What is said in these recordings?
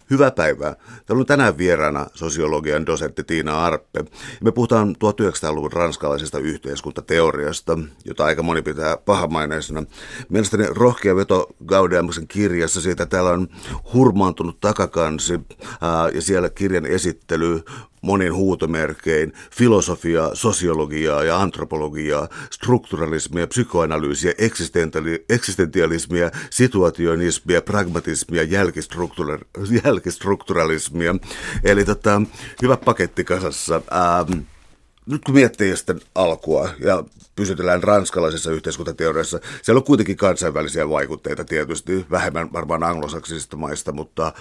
Hyvää päivää. Täällä on tänään vieraana sosiologian dosentti Tiina Arppe. Me puhutaan 1900-luvun ranskalaisesta yhteiskuntateoriasta, jota aika moni pitää pahamaineisena. Mielestäni rohkea veto Gaudeamuksen kirjassa siitä, täällä on hurmaantunut takakansi ja siellä kirjan esittely monin huutomerkein, filosofiaa, sosiologiaa ja antropologiaa, strukturalismia, psykoanalyysiä, eksistentialismia, situationismia, pragmatismia, jälkistrukturalismia. Eli hyvä paketti kasassa. Nyt kun miettii sitten alkua ja pysytellään ranskalaisessa yhteiskuntateoriassa, siellä on kuitenkin kansainvälisiä vaikutteita tietysti, vähemmän varmaan anglosaksisista maista, mutta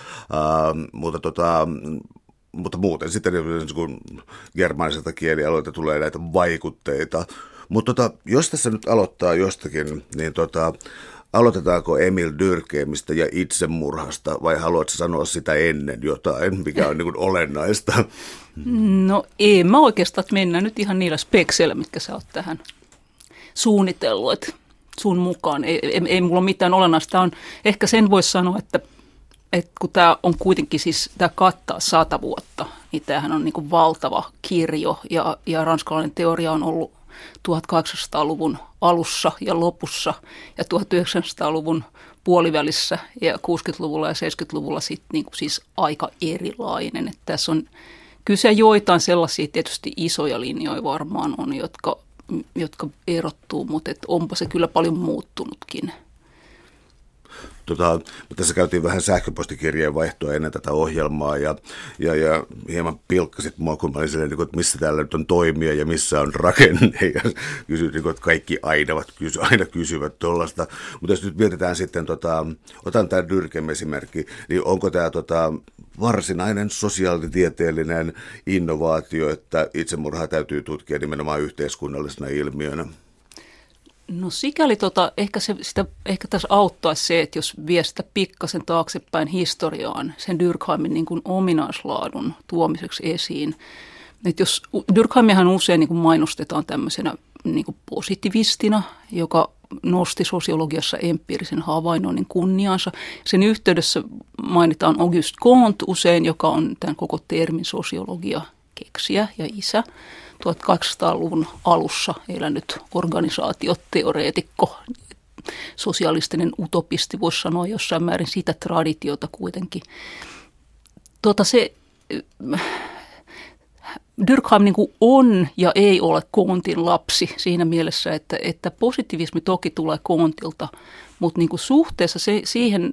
muuten sitten kun germaaniselta kielialueelta tulee näitä vaikutteita. Mutta jos tässä nyt aloittaa jostakin, niin aloitetaanko Emile Durkheimista ja itsemurhasta vai haluatko sanoa sitä ennen jotain, mikä on niin kuin olennaista? No ei mä oikeastaan, että mennään nyt ihan niillä spekseillä, mitkä sä oot tähän suunnitellut, että sun mukaan. Ei mulla ole mitään olennaista. On, ehkä sen voisi sanoa, että kun tämä on kuitenkin siis, tämä kattaa 100 vuotta, niin tämähän on niin kuin valtava kirjo ja ranskalainen teoria on ollut 1800-luvun alussa ja lopussa ja 1900-luvun puolivälissä ja 60-luvulla ja 70-luvulla sitten niin kuin siis aika erilainen. Että tässä on kyse joitain sellaisia tietysti isoja linjoja varmaan on, jotka erottuu, mutta onpa se kyllä paljon muuttunutkin. Tässä käytiin vähän sähköpostikirjeen vaihtoa ennen tätä ohjelmaa ja hieman pilkkasit mua, kun mä olin silleen, että missä täällä nyt on toimia ja missä on rakenne. Ja kysyt, että kaikki aina kysyvät tuollaista. Mutta jos nyt mietitään sitten, otan tämän Durkheim-esimerkki, niin onko tämä varsinainen sosiaalitieteellinen innovaatio, että itsemurhaa täytyy tutkia nimenomaan yhteiskunnallisena ilmiönä? No sikäli ehkä tässä auttaisi se, että jos vie sitä pikkasen taaksepäin historiaan sen Durkheimin niin kuin ominaislaadun tuomiseksi esiin. Että jos Durkheimihan usein niin kuin mainostetaan tämmöisenä niin kuin positivistina, joka nosti sosiologiassa empiirisen havainnoinnin kunniansa. Sen yhteydessä mainitaan Auguste Comte usein, joka on tämän koko termin sosiologia keksijä ja isä. 1800-luvun alussa elänyt organisaatioteoreetikko, sosialistinen utopisti, voisi sanoa jossain määrin sitä traditiota kuitenkin. Durkheim niin kuin on ja ei ole Comten lapsi siinä mielessä, että positivismi toki tulee Comtelta, mutta niin kuin suhteessa siihen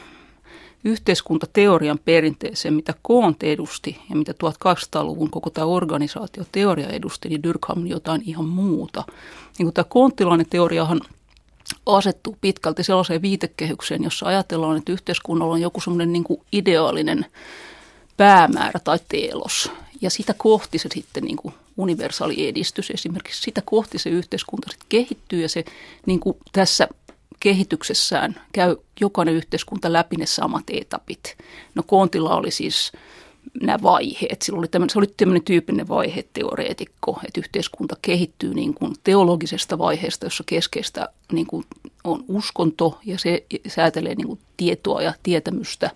yhteiskuntateorian perinteeseen, mitä Comte edusti ja mitä 1800-luvun koko tämä organisaatioteoria edusti, niin Durkheim on jotain ihan muuta. Niin tämä comtelainen teoriahan asettuu pitkälti sellaiseen viitekehykseen, jossa ajatellaan, että yhteiskunnalla on joku semmoinen niin kuin ideaalinen päämäärä tai teelos. Ja sitä kohti se sitten niin kuin universaali edistys esimerkiksi, sitä kohti se yhteiskunta sitten kehittyy ja se niin kuin tässä kehityksessään käy jokainen yhteiskunta läpi ne samat etapit. No Comtella oli siis nämä vaiheet. Se oli tämmöinen tyypillinen vaiheteoreetikko, että yhteiskunta kehittyy niin kuin teologisesta vaiheesta, jossa keskeistä niin kuin on uskonto ja se säätelee niin kuin tietoa ja tietämystä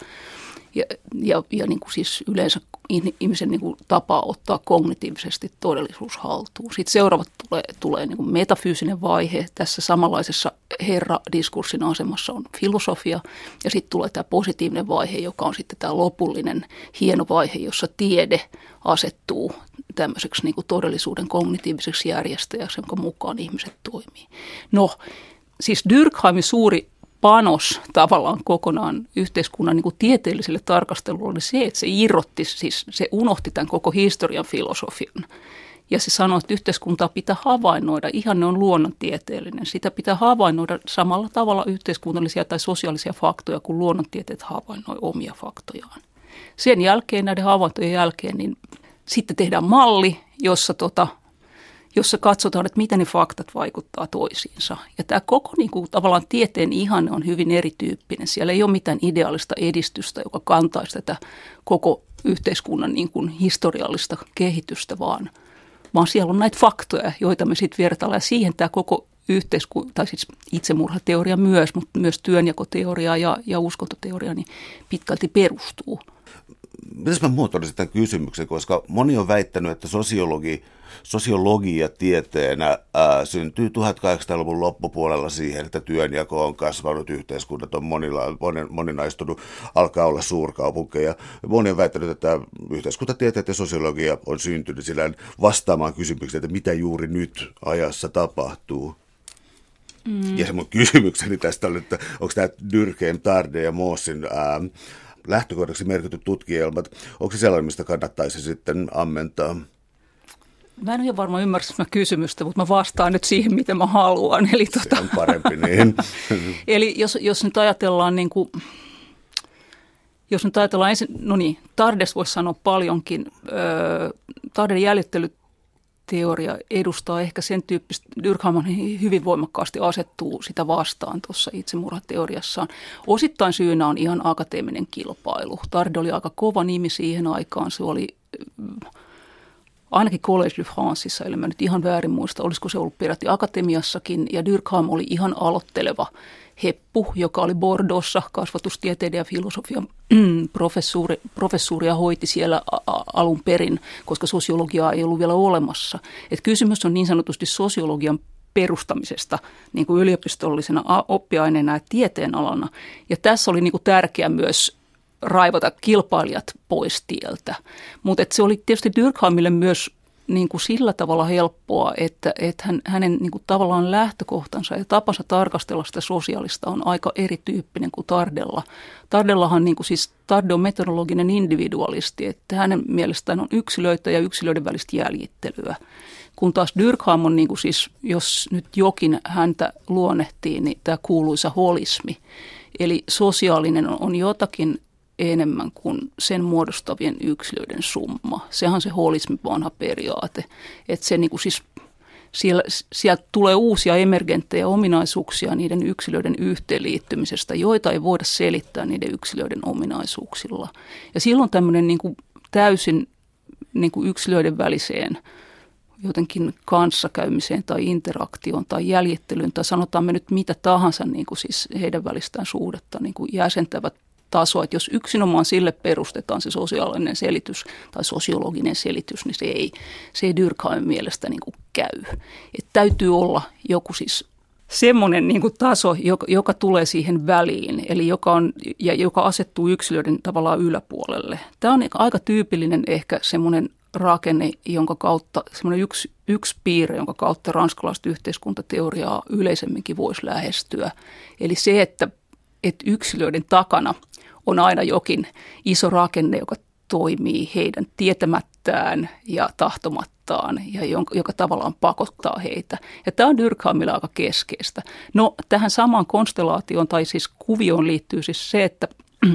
ja niin kuin siis yleensä ihmisen niin kuin tapa ottaa kognitiivisesti todellisuus haltuun. Sitten seuraavat tulee niin kuin metafyysinen vaihe. Tässä samanlaisessa herradiskurssin asemassa on filosofia ja sitten tulee tämä positiivinen vaihe, joka on sitten tämä lopullinen hieno vaihe, jossa tiede asettuu tämmöiseksi niin kuin todellisuuden kognitiiviseksi järjestäjäksi, jonka mukaan ihmiset toimii. No siis Durkheimin suuri panos tavallaan kokonaan yhteiskunnan niin kuin tieteelliselle tarkastelulle oli se, että se irrotti, siis se unohti tämän koko historian filosofian. Ja se sanoi, että yhteiskuntaa pitää havainnoida, ihanne on luonnontieteellinen. Sitä pitää havainnoida samalla tavalla yhteiskunnallisia tai sosiaalisia faktoja, kuin luonnontieteet havainnoi omia faktojaan. Sen jälkeen, näiden havaintojen jälkeen, niin sitten tehdään malli, jossa katsotaan, että miten ne faktat vaikuttaa toisiinsa. Ja tämä koko niin kuin, tavallaan tieteen ihanne on hyvin erityyppinen. Siellä ei ole mitään ideaalista edistystä, joka kantaisi tätä koko yhteiskunnan niin kuin, historiallista kehitystä, vaan siellä on näitä faktoja, joita me sitten vertaillaan. Ja siihen tämä koko tai siis itsemurhateoria myös, mutta myös työnjakoteoria ja uskontoteoria niin pitkälti perustuu. Mitäs mä muotoilisin tämän kysymyksen, koska moni on väittänyt, että sosiologia tieteenä syntyy 1800-luvun loppupuolella siihen, että työnjako on kasvanut, yhteiskunnat on moninaistunut, alkaa olla suurkaupunkeja. Moni on väittänyt, että yhteiskuntatieteet ja sosiologia on syntynyt sillä vastaamaan kysymykseen, että mitä juuri nyt ajassa tapahtuu. Ja se mun kysymykseni tästä on, että onko tämä Durkheim, Tarde ja Moossin lähtökohdaksi merkityt tutkielmat, onko se sellainen, mistä kannattaisi sitten ammentaa? Mä en ole varmaan ymmärtänyt kysymystä, mutta mä vastaan nyt siihen, mitä mä haluan. Eli se on parempi niin. Eli jos nyt ajatellaan niin kuin, ensin, no niin, Tardesta voisi sanoa paljonkin. Tarden jäljittelyteoria edustaa ehkä sen tyyppistä, Durkheim hyvin voimakkaasti asettuu sitä vastaan tuossa itsemurhateoriassaan. Osittain syynä on ihan akateeminen kilpailu. Tarde oli aika kova nimi siihen aikaan, se oli ainakin Collège de Franceissa, eli mä nyt ihan väärin muista, olisiko se ollut peräti akatemiassakin, ja Durkheim oli ihan aloitteleva heppu, joka oli Bordeauxssa kasvatustieteiden ja filosofian professuuria hoiti siellä alun perin, koska sosiologiaa ei ollut vielä olemassa. Et kysymys on niin sanotusti sosiologian perustamisesta niin kuin yliopistollisena oppiaineena ja tieteenalana, ja tässä oli niin kuin tärkeää myös raivata kilpailijat pois tieltä. Mutta se oli tietysti Durkheimille myös niin kuin sillä tavalla helppoa, että hänen niin kuin tavallaan lähtökohtansa ja tapansa tarkastella sitä sosiaalista on aika erityyppinen kuin Tardella. Tardellahan niin kuin siis Tarde on metodologinen individualisti, että hänen mielestään on yksilöitä ja yksilöiden välistä jäljittelyä. Kun taas Durkheim on niin kuin siis, jos nyt jokin häntä luonnehtii, niin tämä kuuluisa holismi. Eli sosiaalinen on jotakin enemmän kuin sen muodostavien yksilöiden summa. Sehän on se holismin vanha periaate, että se niin kuin siis sieltä tulee uusia emergenttejä ominaisuuksia niiden yksilöiden yhteenliittymisestä, joita ei voida selittää niiden yksilöiden ominaisuuksilla. Ja silloin tämmöinen niin kuin täysin niin kuin yksilöiden väliseen jotenkin kanssakäymiseen tai interaktioon tai jäljittelyyn tai sanotaan me nyt mitä tahansa niin kuin siis heidän välistään suhdetta niin kuin jäsentävät tasoa, että jos yksinomaan sille perustetaan se sosiaalinen selitys tai sosiologinen selitys, niin se ei Durkheimin mielestä niin kuin käy. Että täytyy olla joku siis semmoinen niin kuin taso, joka tulee siihen väliin, eli joka asettuu yksilöiden tavallaan yläpuolelle. Tämä on aika tyypillinen ehkä semmoinen rakenne, jonka kautta, semmoinen yksi piirre, jonka kautta ranskalaista yhteiskuntateoriaa yleisemminkin voisi lähestyä. Eli se, että yksilöiden takana on aina jokin iso rakenne, joka toimii heidän tietämättään ja tahtomattaan ja joka tavallaan pakottaa heitä. Ja tämä on Durkheimilla aika keskeistä. No tähän samaan konstellaatioon tai siis kuvioon liittyy siis se, että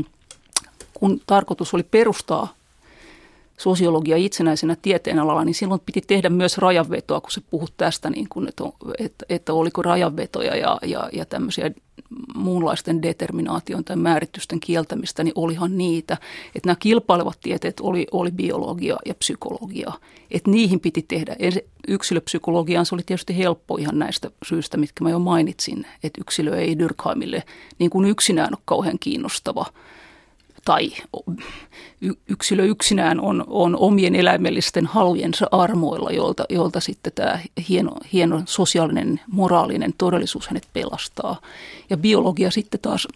kun tarkoitus oli perustaa sosiologia itsenäisenä tieteenalalla, niin silloin piti tehdä myös rajanvetoa, kun se puhut tästä, niin kuin, että oliko rajanvetoja ja tämmöisiä muunlaisten determinaation tai määritysten kieltämistä, niin olihan niitä. Että nämä kilpailevat tieteet oli biologia ja psykologia. Että niihin piti tehdä. Yksilöpsykologiaan se oli tietysti helppo ihan näistä syistä, mitkä mä jo mainitsin. Että yksilö ei Durkheimille niin kuin yksinään ole kauhean kiinnostava. Tai yksilö yksinään on omien eläimellisten halujensa armoilla, jolta sitten tämä hieno sosiaalinen, moraalinen todellisuus hänet pelastaa. Ja biologia sitten taas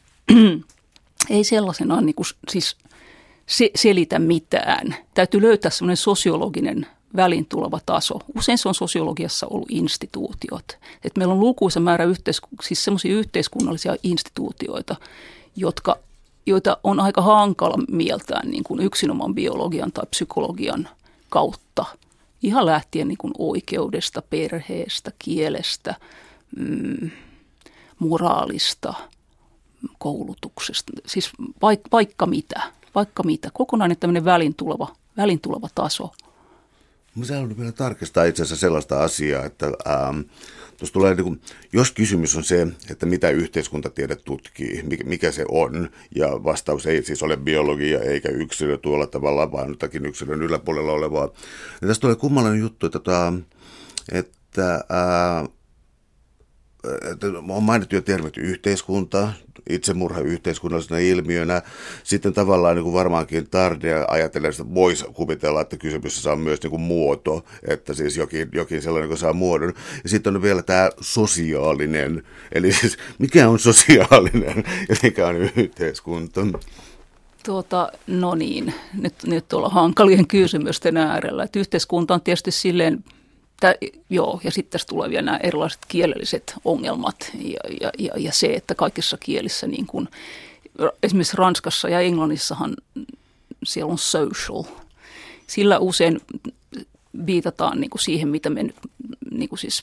ei sellaisenaan niin kuin, siis selitä mitään. Täytyy löytää semmoinen sosiologinen väliin tuleva taso. Usein se on sosiologiassa ollut instituutiot. Et meillä on lukuisa määrä siis semmoisia yhteiskunnallisia instituutioita, joita on aika hankala mieltään niin kuin yksinomaan biologian tai psykologian kautta. Ihan lähtien niin kuin oikeudesta, perheestä, kielestä, moraalista, koulutuksesta. Siis vaikka mitä. Kokonainen tämmöinen väliin tuleva taso. Mä haluan vielä tarkistaa itse asiassa sellaista asiaa, että tuossa tulee, niin kuin, jos kysymys on se, että mitä yhteiskuntatiede tutkii, mikä se on, ja vastaus ei siis ole biologia eikä yksilö tuolla tavalla, vaan jotakin yksilön yläpuolella olevaa. Ja tässä tulee kummallinen juttu, että on mainittu jo termit yhteiskunta, itsemurha yhteiskunnallisena ilmiönä. Sitten tavallaan niin kuin varmaankin Tardea ajatellen, että voisi kuvitella, että kysymyksessä on myös niin kuin muoto, että siis jokin sellainen, joka saa muodon. Ja sitten on vielä tämä sosiaalinen, eli siis mikä on sosiaalinen ja mikä on yhteiskunta? No niin, nyt ollaan hankalien kysymysten äärellä. Että yhteiskunta on tietysti silleen, ja sitten tässä tulee vielä nämä erilaiset kielelliset ongelmat ja se, että kaikissa kielissä, niin kuin, esimerkiksi Ranskassa ja Englannissahan siellä on social. Sillä usein viitataan niin kuin siihen, mitä me niin kuin siis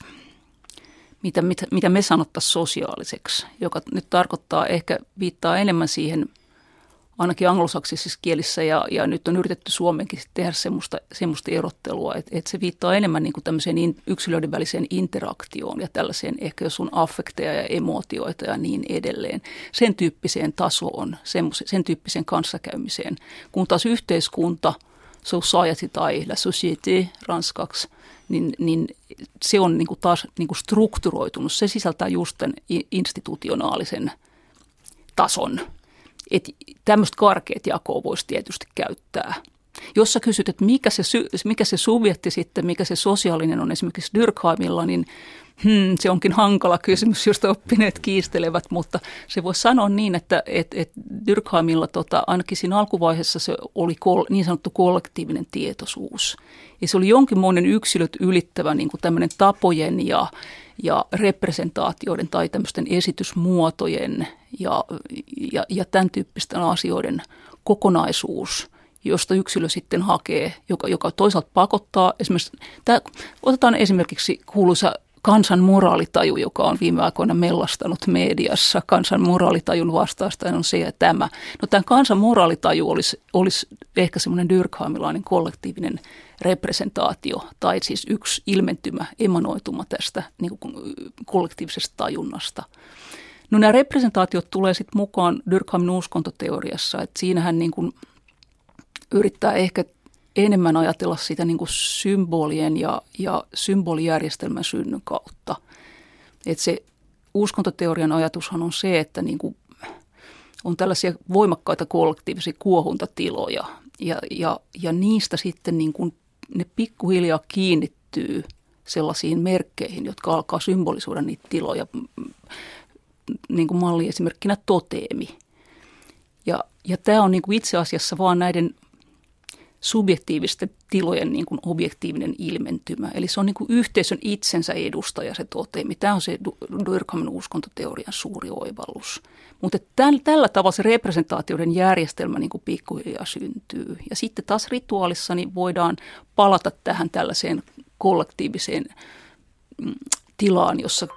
mitä me sanottaisiin sosiaaliseksi, joka nyt tarkoittaa ehkä viittaa enemmän siihen, ainakin anglosaksisissa kielissä, ja nyt on yritetty Suomenkin tehdä semmoista erottelua, että se viittaa enemmän niin kuin tämmöiseen yksilöiden väliseen interaktioon ja tällaiseen ehkä jos on affekteja ja emootioita ja niin edelleen. Sen tyyppiseen tasoon, sen tyyppiseen kanssakäymiseen, kun taas yhteiskunta, society tai la société ranskaksi, niin se on niin kuin taas niin kuin strukturoitunut. Se sisältää just tämän institutionaalisen tason. Että tämmöistä karkeat jakoa voisi tietysti käyttää. Jos sä kysyt, että mikä se subjekti sitten, mikä se sosiaalinen on esimerkiksi Durkheimilla, niin se onkin hankala kysymys, josta oppineet kiistelevät, mutta se voi sanoa niin, että Durkheimilla ainakin siinä alkuvaiheessa se oli niin sanottu kollektiivinen tietoisuus. Ja se oli jonkinmoinen yksilöt ylittävä niin kuin tämmöinen tapojen ja representaatioiden tai tämmöisten esitysmuotojen ja tämän tyyppisten asioiden kokonaisuus, josta yksilö sitten hakee, joka toisaalta pakottaa. Otetaan esimerkiksi kuuluisa kansan moraalitaju, joka on viime aikoina mellastanut mediassa. Kansan moraalitajun vastaista on se ja tämä. No tämän kansan moraalitaju olisi ehkä semmoinen Durkheimilainen kollektiivinen representaatio tai siis yksi ilmentymä, emanoituma tästä niin kuin kollektiivisesta tajunnasta. No nämä representaatiot tulee sitten mukaan Durkheimin uskontoteoriassa, että siinähän niin kuin yrittää ehkä enemmän ajatella sitä niin kuin symbolien ja symbolijärjestelmän synnyn kautta. Että se uskontoteorian ajatushan on se, että niin kuin on tällaisia voimakkaita kollektiivisia kuohuntatiloja ja niistä sitten niin kuin ne pikkuhiljaa kiinnittyy sellaisiin merkkeihin, jotka alkaa symbolisoida niitä tiloja, niin kuin malliesimerkkinä toteemi. Ja tämä on niin kuin itse asiassa vaan näiden subjektiivisten tilojen niin kuin objektiivinen ilmentymä. Eli se on niin kuin yhteisön itsensä edustaja se toteemi. Tämä on se Durkheimin uskontoteorian suuri oivallus. Mutta tällä tavalla se representaatioiden järjestelmä niin kuin pikkuhiljaa syntyy. Ja sitten taas rituaalissa niin voidaan palata tähän tällaiseen kollektiiviseen tilaan, jossa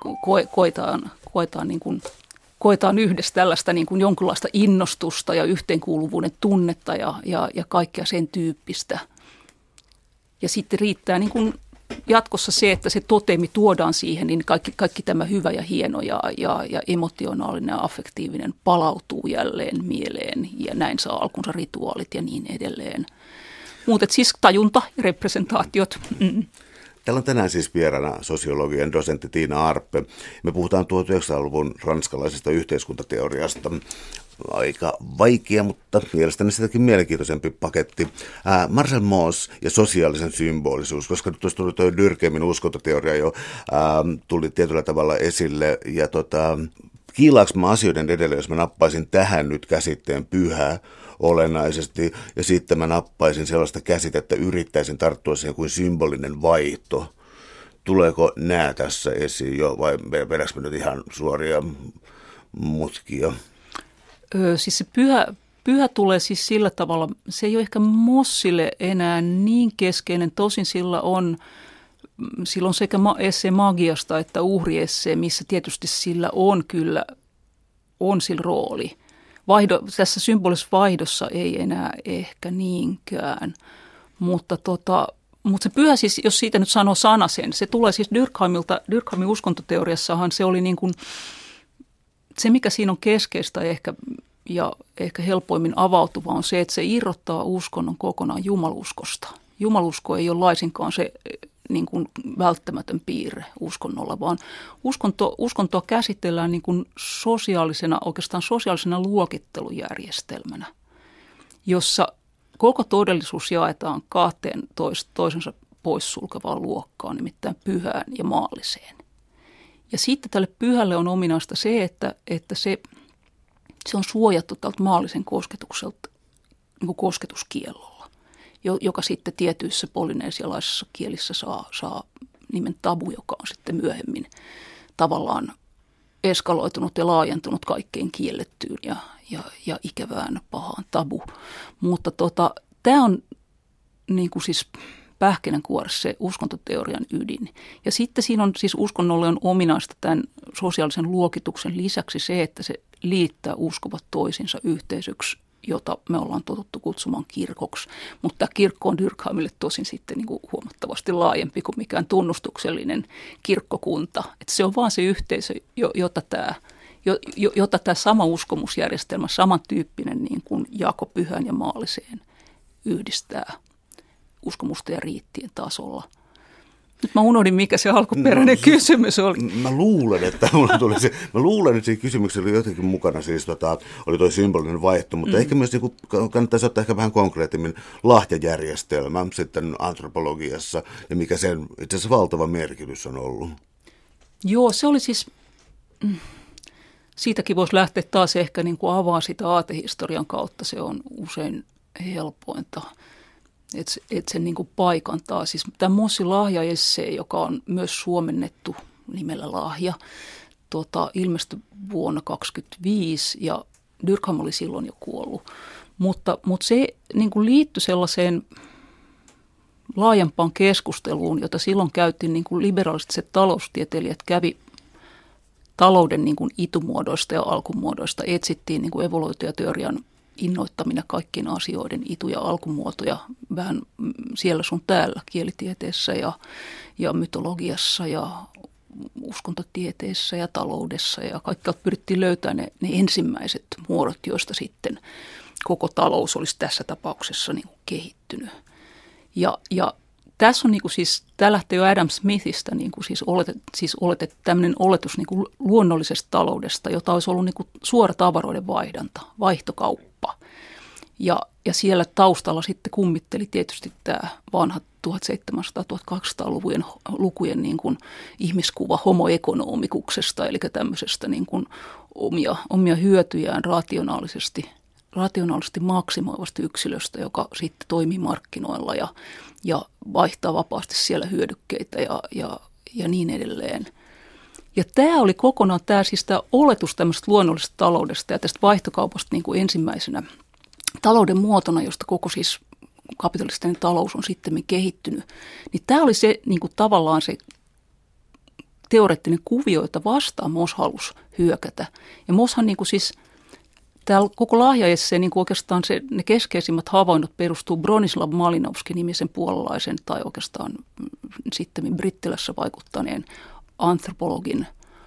koetaan yhdessä tällaista niin kuin jonkinlaista innostusta ja yhteenkuuluvuuden tunnetta ja kaikkea sen tyyppistä. Ja sitten riittää niin kuin jatkossa se, että se toteemi tuodaan siihen, niin kaikki tämä hyvä ja hieno ja emotionaalinen ja affektiivinen palautuu jälleen mieleen ja näin saa alkunsa rituaalit ja niin edelleen. Mutta siis tajunta ja representaatiot. Täällä on tänään siis vieraana sosiologian dosentti Tiina Arppe. Me puhutaan 1900-luvun ranskalaisesta yhteiskuntateoriasta. Aika vaikea, mutta mielestäni sitäkin mielenkiintoisempi paketti. Marcel Mauss ja sosiaalisen symbolisuus, koska nyt tuossa tuli tuo Durkheimin uskontoteoria jo tuli tietyllä tavalla esille. Ja kiilaanko mä asioiden edelle, jos mä nappaisin tähän nyt käsitteen pyhä olennaisesti, ja sitten mä nappaisin sellaista käsitettä, yrittäisin tarttua siihen kuin symbolinen vaihto. Tuleeko nää tässä esiin jo, vai vedäks mä nyt ihan suoria mutkia? Siis se pyhä tulee siis sillä tavalla, se ei ole ehkä Mossille enää niin keskeinen, tosin sillä on sekä essee magiasta että uhriessee, missä tietysti sillä on sillä rooli. Tässä symbolisessa vaihdossa ei enää ehkä niinkään, mutta se pyhä siis, jos siitä nyt sanoo sanasen, se tulee siis Durkheimilta. Durkheimin uskontoteoriassahan se oli niin kuin, se mikä siinä on keskeistä ja ehkä helpoimmin avautuva on se, että se irrottaa uskonnon kokonaan jumaluskosta. Jumalusko ei ole laisinkaan se niin kuin välttämätön piirre uskonnolla, vaan uskontoa käsitellään niin kuin oikeastaan sosiaalisena luokittelujärjestelmänä, jossa koko todellisuus jaetaan kahteen toisensa poissulkevaan luokkaan, nimittäin pyhään ja maalliseen. Ja sitten tälle pyhälle on ominaista se, että se on suojattu tältä maallisen kosketukselta niin kuin kosketuskiellolla, joka sitten tietyissä polyneesialaisissa kielissä saa nimen tabu, joka on sitten myöhemmin tavallaan eskaloitunut ja laajentunut kaikkein kiellettyyn ja ikävään pahaan tabu. Mutta tämä on niin kuin siis pähkinänkuoressa se uskontoteorian ydin. Ja sitten siinä on siis uskonnolle on ominaista tämän sosiaalisen luokituksen lisäksi se, että se liittää uskovat toisinsa yhteisöksi, jota me ollaan totuttu kutsumaan kirkoksi. Mutta tämä kirkko on Durkheimille tosin sitten niin kuin huomattavasti laajempi kuin mikään tunnustuksellinen kirkkokunta. Että se on vaan se yhteisö, jota tämä sama uskomusjärjestelmä, samantyyppinen niin kuin jako pyhän ja maalliseen yhdistää uskomusten ja riittien tasolla. Nyt mä unohdin, mikä se alkuperäinen kysymys oli. Mä luulen, että siinä kysymyksessä oli jotenkin mukana, siis oli toi symbolinen vaihto, mutta ehkä myös niin kannattaisi ottaa ehkä vähän konkreettimmin lahjajärjestelmä sitten antropologiassa ja mikä sen itse asiassa valtava merkitys on ollut. Joo, se oli siis, siitäkin voisi lähteä taas ehkä niin kuin avaa sitä aatehistorian kautta, se on usein helpointa. Että sen niin kuin paikantaa. Siis tämä Mossi Lahja-essee, joka on myös suomennettu nimellä Lahja, ilmestyi vuonna 1925 ja Durkheim oli silloin jo kuollut. Mutta se niin kuin liittyi sellaiseen laajempaan keskusteluun, jota silloin käytiin, niin kuin liberaaliset taloustieteilijät kävi talouden niin kuin itumuodoista ja alkumuodoista, etsittiin niin kuin evoluutioteorian innoittamina kaikkien asioiden itu- ja alkumuotoja vähän siellä sun täällä kielitieteessä ja mytologiassa ja uskontotieteessä ja taloudessa. Ja kaikkialta pyrittiin löytämään ne ensimmäiset muodot, joista sitten koko talous olisi tässä tapauksessa niin kuin kehittynyt. Ja tässä on niin kuin siis, tämä lähtee jo Adam Smithistä, niin kuin siis tämmöinen oletus niin kuin luonnollisesta taloudesta, jota olisi ollut niin kuin suora tavaroiden vaihdanta, vaihtokauppa. Ja siellä taustalla sitten kummitteli tietysti tämä vanha 1700-1200-lukujen niin kuin ihmiskuva homo-economikuksesta, eli tämmöisestä niin kuin omia hyötyjään rationaalisesti maksimoivasta yksilöstä, joka sitten toimii markkinoilla ja vaihtaa vapaasti siellä hyödykkeitä ja niin edelleen. Ja tämä oli kokonaan tämä oletus tämmöisestä luonnollisesta taloudesta ja tästä vaihtokaupasta niin kuin ensimmäisenä talouden muotona, josta koko siis kapitalistinen talous on sitten kehittynyt. Niin tämä oli se niin kuin tavallaan se teoreettinen kuvio, jota vastaan Moss halusi hyökätä. Ja Mosshan niin kuin siis täällä koko Lahja-esseen niin oikeastaan ne keskeisimmät havainnot perustuu Bronislaw Malinowski-nimisen puolalaisen tai oikeastaan sitten Brittilässä vaikuttaneen antropologin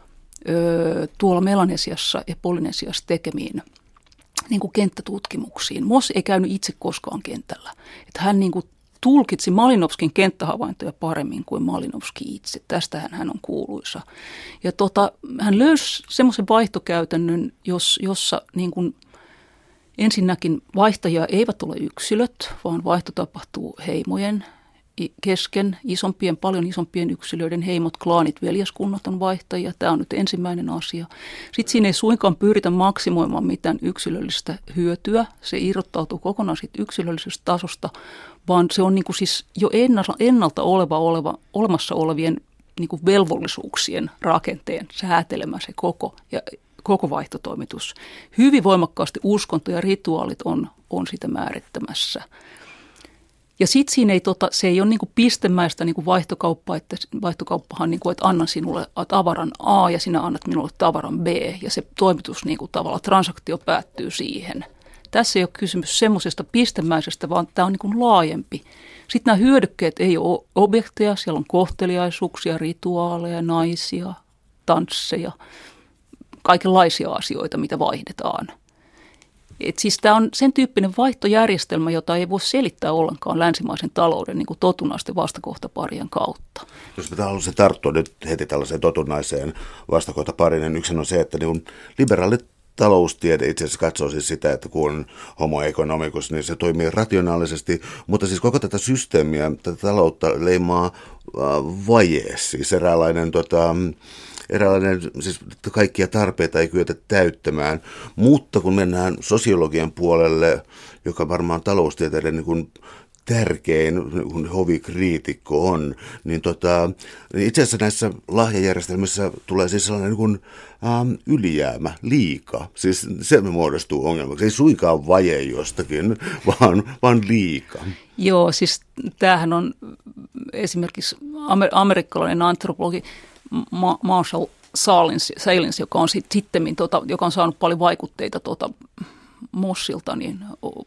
tuolla Melanesiassa ja Polynesiassa tekemiin niin kuin kenttätutkimuksiin. Moss ei käynyt itse koskaan kentällä. Että hän niin kuin tulkitsi Malinowskin kenttähavaintoja paremmin kuin Malinowski itse. Tästähän hän on kuuluisa. Ja hän löysi semmoisen vaihtokäytännön, jossa niin kuin ensinnäkin vaihtajia eivät ole yksilöt, vaan vaihto tapahtuu heimojen kesken. Paljon isompien yksilöiden heimot, klaanit, veljeskunnat on vaihtajia. Tämä on nyt ensimmäinen asia. Sitten siinä ei suinkaan pyritä maksimoimaan mitään yksilöllistä hyötyä. Se irrottautuu kokonaan siitä yksilöllisestä tasosta, vaan se on niin kuin siis jo ennalta olemassa olevien niin kuin velvollisuuksien rakenteen säätelemä se koko vaihtotoimitus. Hyvin voimakkaasti uskonto ja rituaalit on sitä määrittämässä. Ja sitten siinä se ei ole niin kuin pistemäistä niin kuin vaihtokauppaa, että vaihtokauppahan niin kuin, että annan sinulle tavaran A ja sinä annat minulle tavaran B ja se toimitus niin kuin tavallaan transaktio päättyy siihen. Tässä ei ole kysymys semmoisesta pistemäisestä, vaan tämä on niin kuin laajempi. Sitten nämä hyödykkeet ei ole objekteja, siellä on kohteliaisuuksia, rituaaleja, naisia, tansseja, kaikenlaisia asioita, mitä vaihdetaan. Et siis tämä on sen tyyppinen vaihtojärjestelmä, jota ei voi selittää ollenkaan länsimaisen talouden niin kuin totunnaisten vastakohtaparien kautta. Jos me haluaisin tarttua nyt heti tällaiseen totunnaiseen vastakohtapariin, niin yksi on se, että niin liberaalit taloustiede itse asiassa katsoo siis sitä, että kun on homo economicus, niin se toimii rationaalisesti, mutta siis koko tätä systeemiä, tätä taloutta leimaa vaje, siis eräänlainen siis kaikkia tarpeita ei kyetä täyttämään, mutta kun mennään sosiologian puolelle, joka varmaan taloustieteiden niin kuin tärkein kun hovikriitikko on, niin itse asiassa näissä lahjajärjestelmissä tulee siis sellainen niin kuin, ylijäämä, liika. Siis se muodostuu ongelmaksi. Ei suinkaan vaje jostakin, vaan liika. Joo, siis tämähän on esimerkiksi amerikkalainen antropologi Marshall Salins, joka on sittemmin, joka on saanut paljon vaikutteita Mossilta, niin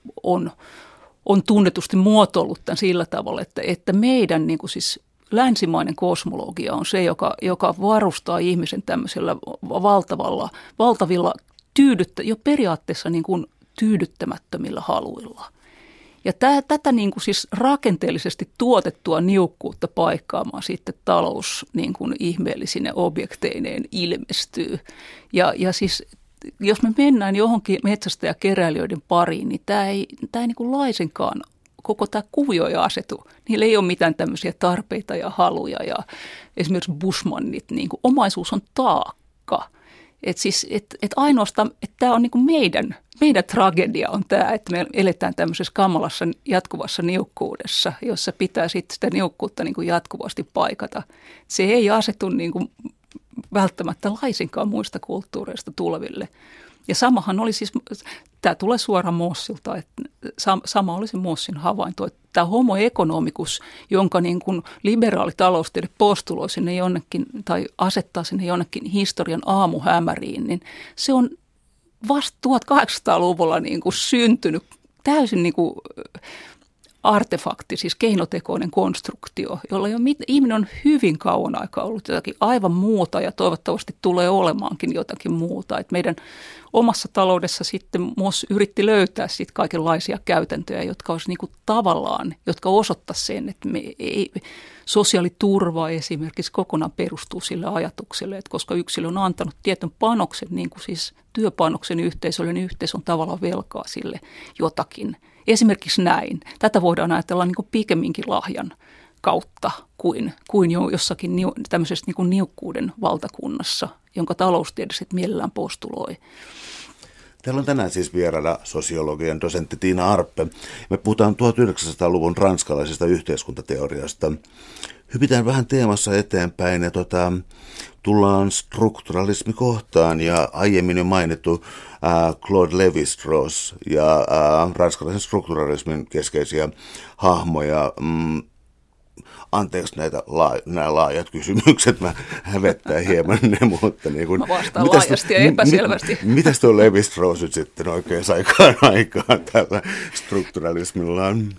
on tunnetusti muotoillut tämän sillä tavalla, että meidän niin kuin siis länsimainen kosmologia on se, joka varustaa ihmisen tämmöisellä valtavilla jo periaatteessa niin kuin tyydyttämättömillä haluilla. Ja tätä niin kuin siis rakenteellisesti tuotettua niukkuutta paikkaamaan sitten talous niin kuin ihmeellisine objekteineen ilmestyy. Ja siis jos me mennään johonkin metsästäjäkeräilijöiden pariin, niin tämä ei niin kuin laisinkaan, koko tämä kuvio ei asetu. Niillä ei ole mitään tämmöisiä tarpeita ja haluja ja esimerkiksi Bushmannit, niin kuin omaisuus on taakka. Että siis, ainoastaan, että tämä on niin kuin meidän tragedia on tämä, että me eletään tämmöisessä kamalassa jatkuvassa niukkuudessa, jossa pitää sitten sitä niukkuutta niin kuin jatkuvasti paikata. Se ei asetu niin kuin välttämättä laisinkaan muista kulttuureista tuleville. Ja samahan oli siis, tämä tulee suoraan Mossilta, että sama oli se Mossin havainto, että tämä homo economicus, jonka niin kuin liberaali taloustiede postuloi sinne jonnekin tai asettaa sinne jonnekin historian aamuhämäriin, niin se on vasta 1800-luvulla niin kuin syntynyt täysin niin kuin artefakti, siis keinotekoinen konstruktio, jolla ihminen on hyvin kauan aikaa ollut jotakin aivan muuta ja toivottavasti tulee olemaankin jotakin muuta. Et meidän omassa taloudessa sitten Moss yritti löytää sit kaikenlaisia käytäntöjä, jotka olisi niinku tavallaan, jotka osoittaisi sen, että sosiaaliturva esimerkiksi kokonaan perustuu sille ajatukselle, että koska yksilö on antanut tietyn panoksen, niin kuin siis työpanoksen yhteisölle, niin yhteisö on tavallaan velkaa sille jotakin. Esimerkiksi näin. Tätä voidaan ajatella niin kuin pikemminkin lahjan kautta kuin jossakin tämmöisessä niin kuin niukkuuden valtakunnassa, jonka taloustiede sitten mielellään postuloi. Täällä on tänään siis vieraana sosiologian dosentti Tiina Arppe. Me puhutaan 1900-luvun ranskalaisesta yhteiskuntateoriasta. Hypitään vähän teemassa eteenpäin ja tullaan strukturalismi kohtaan ja aiemmin jo mainittu Claude Lévi-Strauss ja ranskalaisen strukturalismin keskeisiä hahmoja. Anteeksi nämä laajat kysymykset, mä hävettää hieman ne, mutta niin kun, mä vastaan laajasti ja epäselvästi. Mitäs tuo Lévi-Strauss nyt sitten oikein saikaan aikaan tällä strukturalismillaan?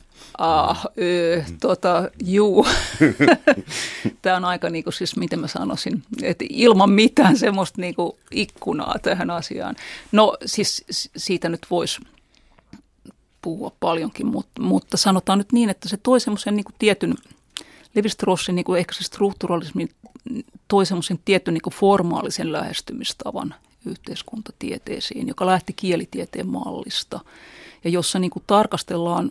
Juu. Tämä on aika niin kuin siis, miten mä sanoisin, että ilman mitään semmoista niin kuin ikkunaa tähän asiaan. No siis siitä nyt voisi puhua paljonkin, mutta sanotaan nyt niin, että se toi semmoisen niin kuin tietyn, Lévi-Straussin niin kuin ehkä se strukturalismi toi semmoisen tietyn niin kuin formaalisen lähestymistavan yhteiskuntatieteisiin, joka lähti kielitieteen mallista ja jossa niin kuin tarkastellaan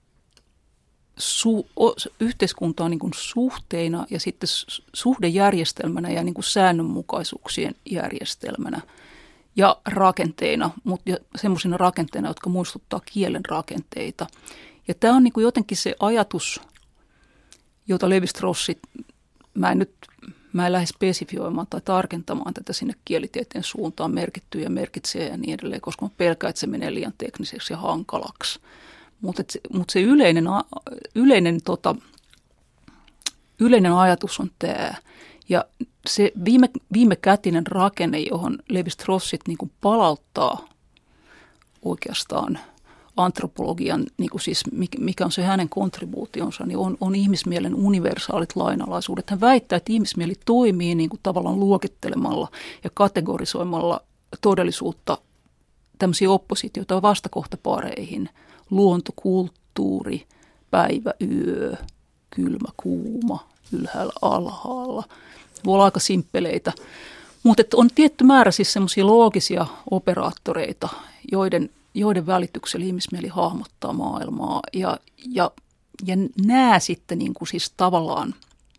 yhteiskuntaa niin kuin suhteina ja sitten suhdejärjestelmänä ja niin kuin säännönmukaisuuksien järjestelmänä ja rakenteina, mutta semmoisina rakenteina, jotka muistuttaa kielen rakenteita. Ja tämä on niin kuin jotenkin se ajatus, jota Lévi-Strauss, mä en lähde spesifioimaan tai tarkentamaan tätä sinne kielitieteen suuntaan merkittyä ja merkitsee ja niin edelleen, koska mä pelkään, että se menee liian tekniseksi ja hankalaksi. Mutta se yleinen ajatus on tämä. Ja se viimekätinen rakenne, johon Lévi-Straussit niin kuin palauttaa oikeastaan antropologian, niin kuin siis mikä on se hänen kontribuutionsa, niin on ihmismielen universaalit lainalaisuudet. Hän väittää, että ihmismieli toimii niin kuin tavallaan luokittelemalla ja kategorisoimalla todellisuutta tämmöisiä oppositioita vastakohtapareihin. Luonto, kulttuuri, päivä, yö, kylmä, kuuma, ylhäällä, alhaalla. Voi olla aika simppeleitä. Mutta on tietty määrä siis semmoisia loogisia operaattoreita, joiden välityksellä ihmismieli hahmottaa maailmaa. Ja nämä sitten niin kuin siis tavallaan,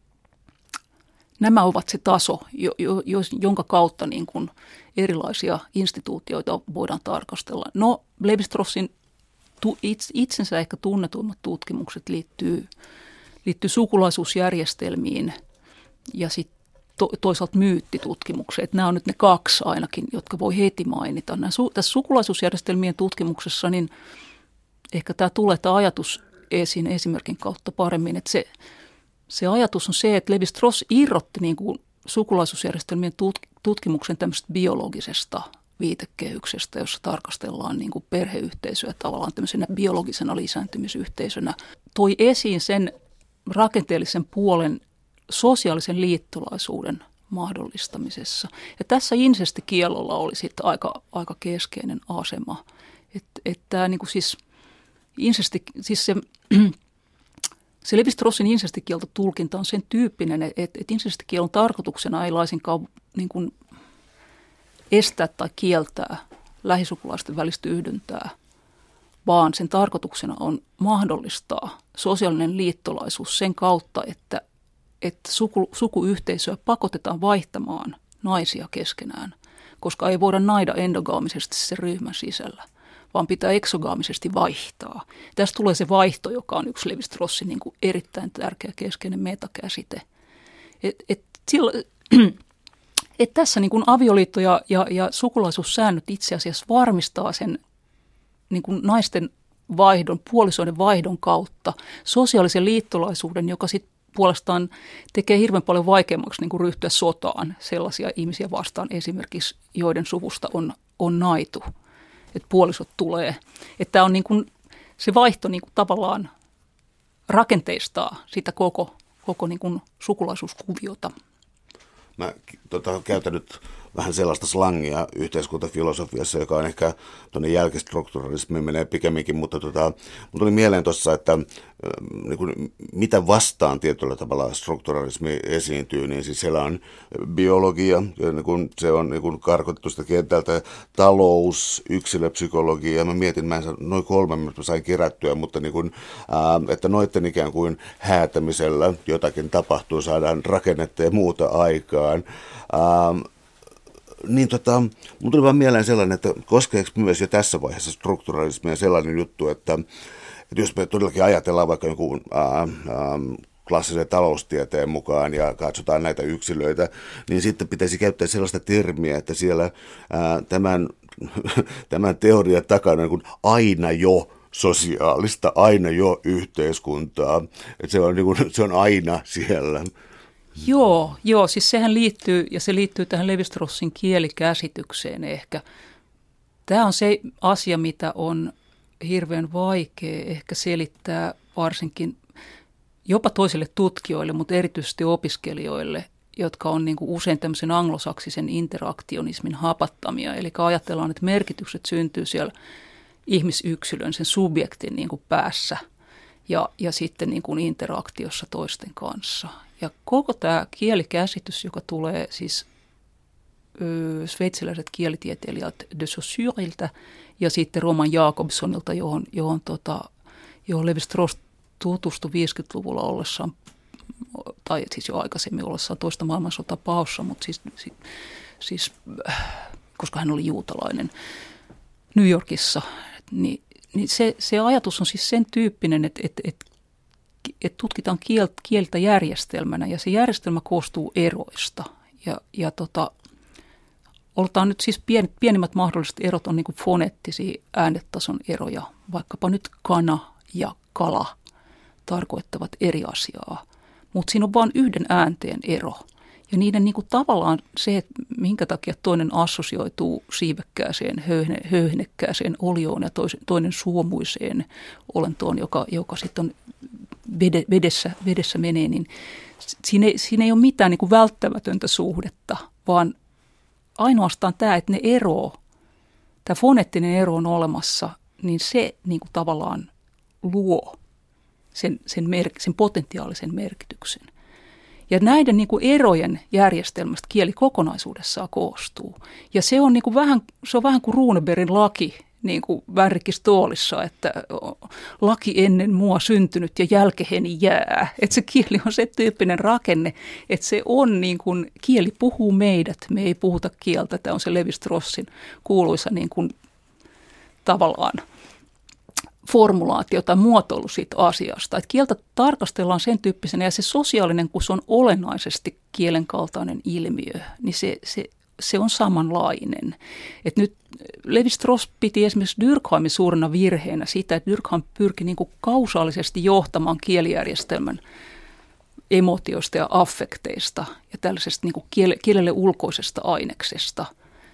nämä ovat se taso, jonka kautta niin kuin erilaisia instituutioita voidaan tarkastella. No, Levi-Strausssin itsensä ehkä tunnetuimmat tutkimukset liittyy sukulaisuusjärjestelmiin ja sitten toisaalta myyttitutkimukseen. Nämä on nyt ne kaksi ainakin, jotka voi heti mainita. Tässä sukulaisuusjärjestelmien tutkimuksessa niin ehkä tämä tulee tämä ajatus esiin esimerkin kautta paremmin, että se ajatus on se, että Levi-Strauss irrotti niin kuin sukulaisuusjärjestelmien tutkimuksen tämmöisestä biologisesta viitekehyksestä, jossa tarkastellaan niin kuin perheyhteisöä tavallaan tämmöisenä biologisena lisääntymisyhteisönä. Toi esiin sen rakenteellisen puolen sosiaalisen liittolaisuuden mahdollistamisessa. Ja tässä insestikiellolla oli sitten aika keskeinen asema. Että tämä niin kuin siis se Levi-Straussin insestikieltotulkinta on sen tyyppinen, että insestikielon tarkoituksena ei laisinkaan niin kuin estää tai kieltää lähisukulaisten välistä yhdyntää, vaan sen tarkoituksena on mahdollistaa sosiaalinen liittolaisuus sen kautta, että sukuyhteisöä pakotetaan vaihtamaan naisia keskenään, koska ei voida naida endogaamisesti sen ryhmän sisällä, vaan pitää eksogaamisesti vaihtaa. Tästä tulee se vaihto, joka on yksi Levi-Straussin niin kuin erittäin tärkeä keskeinen metakäsite. Tässä niin kuin avioliitto ja sukulaisuussäännöt itse asiassa varmistaa sen niin kuin naisten vaihdon, puolisoiden vaihdon kautta sosiaalisen liittolaisuuden, joka sitten puolestaan tekee hirveän paljon vaikeammaksi niin kuin ryhtyä sotaan sellaisia ihmisiä vastaan esimerkiksi, joiden suvusta on naitu, että puolisot tulee. Että tämä on niin kuin, se vaihto niin kuin tavallaan rakenteistaa sitä koko niin kuin sukulaisuuskuviota. Mä käytän nyt vähän sellaista slangia yhteiskuntafilosofiassa, joka on ehkä tuonne jälkistrukturalismiin menee pikemminkin, mutta mun tuli mieleen tuossa, että niin kuin, mitä vastaan tietyllä tavalla strukturalismi esiintyy, niin siis siellä on biologia, niin kuin se on niin kuin karkotettu sitä kentältä, talous, yksilöpsykologia, mä mietin, noin 3 mä sain kerättyä, mutta niin kuin, että noitten ikään kuin häätämisellä jotakin tapahtuu, saadaan rakennetta ja muuta aikaan. Niin mun tuli vaan mieleen sellainen, että koskeeko myös jo tässä vaiheessa strukturalismia sellainen juttu, että jos me todellakin ajatellaan vaikka jonkun klassisen taloustieteen mukaan ja katsotaan näitä yksilöitä, niin sitten pitäisi käyttää sellaista termiä, että siellä tämän teorian takana on aina jo sosiaalista, aina jo yhteiskuntaa, että se on aina siellä. Joo, siis sehän liittyy tähän Levi-Straussin kielikäsitykseen ehkä. Tämä on se asia, mitä on hirveän vaikea ehkä selittää varsinkin jopa toisille tutkijoille, mutta erityisesti opiskelijoille, jotka on niin kuin usein tämmöisen anglosaksisen interaktionismin hapattamia. Eli ajatellaan, että merkitykset syntyy siellä ihmisyksilön, sen subjektin niin kuin päässä ja sitten niin kuin interaktiossa toisten kanssa. Ja koko tämä kielikäsitys, joka tulee siis sveitsiläiset kielitieteilijät de Saussureilta ja sitten Roman Jakobsonilta, johon Levi-Strauss tutustui 50-luvulla ollessaan, tai siis jo aikaisemmin ollessaan toista maailmansotaa paossa, mutta siis koska hän oli juutalainen New Yorkissa, niin se ajatus on siis sen tyyppinen, että tutkitaan kieltä järjestelmänä ja se järjestelmä koostuu eroista. Ja oletaan nyt siis pienimmät mahdolliset erot on niin kuin foneettisia äänetason eroja. Vaikkapa nyt kana ja kala tarkoittavat eri asiaa, mutta siinä on vain yhden äänteen ero. Ja niiden niin kuin tavallaan se, että minkä takia toinen assosioituu siivekkääseen, höyhenekkääseen olioon ja toinen suomuiseen olentoon, joka sitten on vedessä menee, niin siinä ei ole mitään niin kuin välttämätöntä suhdetta, vaan ainoastaan tämä, että ne eroo tämä foneettinen ero on olemassa, niin se niin kuin tavallaan luo sen potentiaalisen merkityksen. Ja näiden niin kuin erojen järjestelmästä kieli kokonaisuudessaan koostuu. Ja se on, niin kuin se on vähän kuin Runebergin laki niin kuin Värrikki Stoolissa, että laki ennen mua syntynyt ja jälkeheni jää. Että se kieli on se tyyppinen rakenne, että se on niin kuin, kieli puhuu meidät, me ei puhuta kieltä. Tämä on se Levi-Strausssin kuuluisa niin kuin, tavallaan formulaatio tai muotoilu siitä asiasta. Että kieltä tarkastellaan sen tyyppisenä ja se sosiaalinen, kun se on olennaisesti kielen kaltainen ilmiö, niin se on samanlainen. Et nyt Levi-Strauss piti esimerkiksi Durkheimin suurena virheenä sitä, että Durkheim pyrki niin kuin kausaalisesti johtamaan kielijärjestelmän emotioista ja affekteista ja tällaisesta niin kuin kielelle ulkoisesta aineksesta.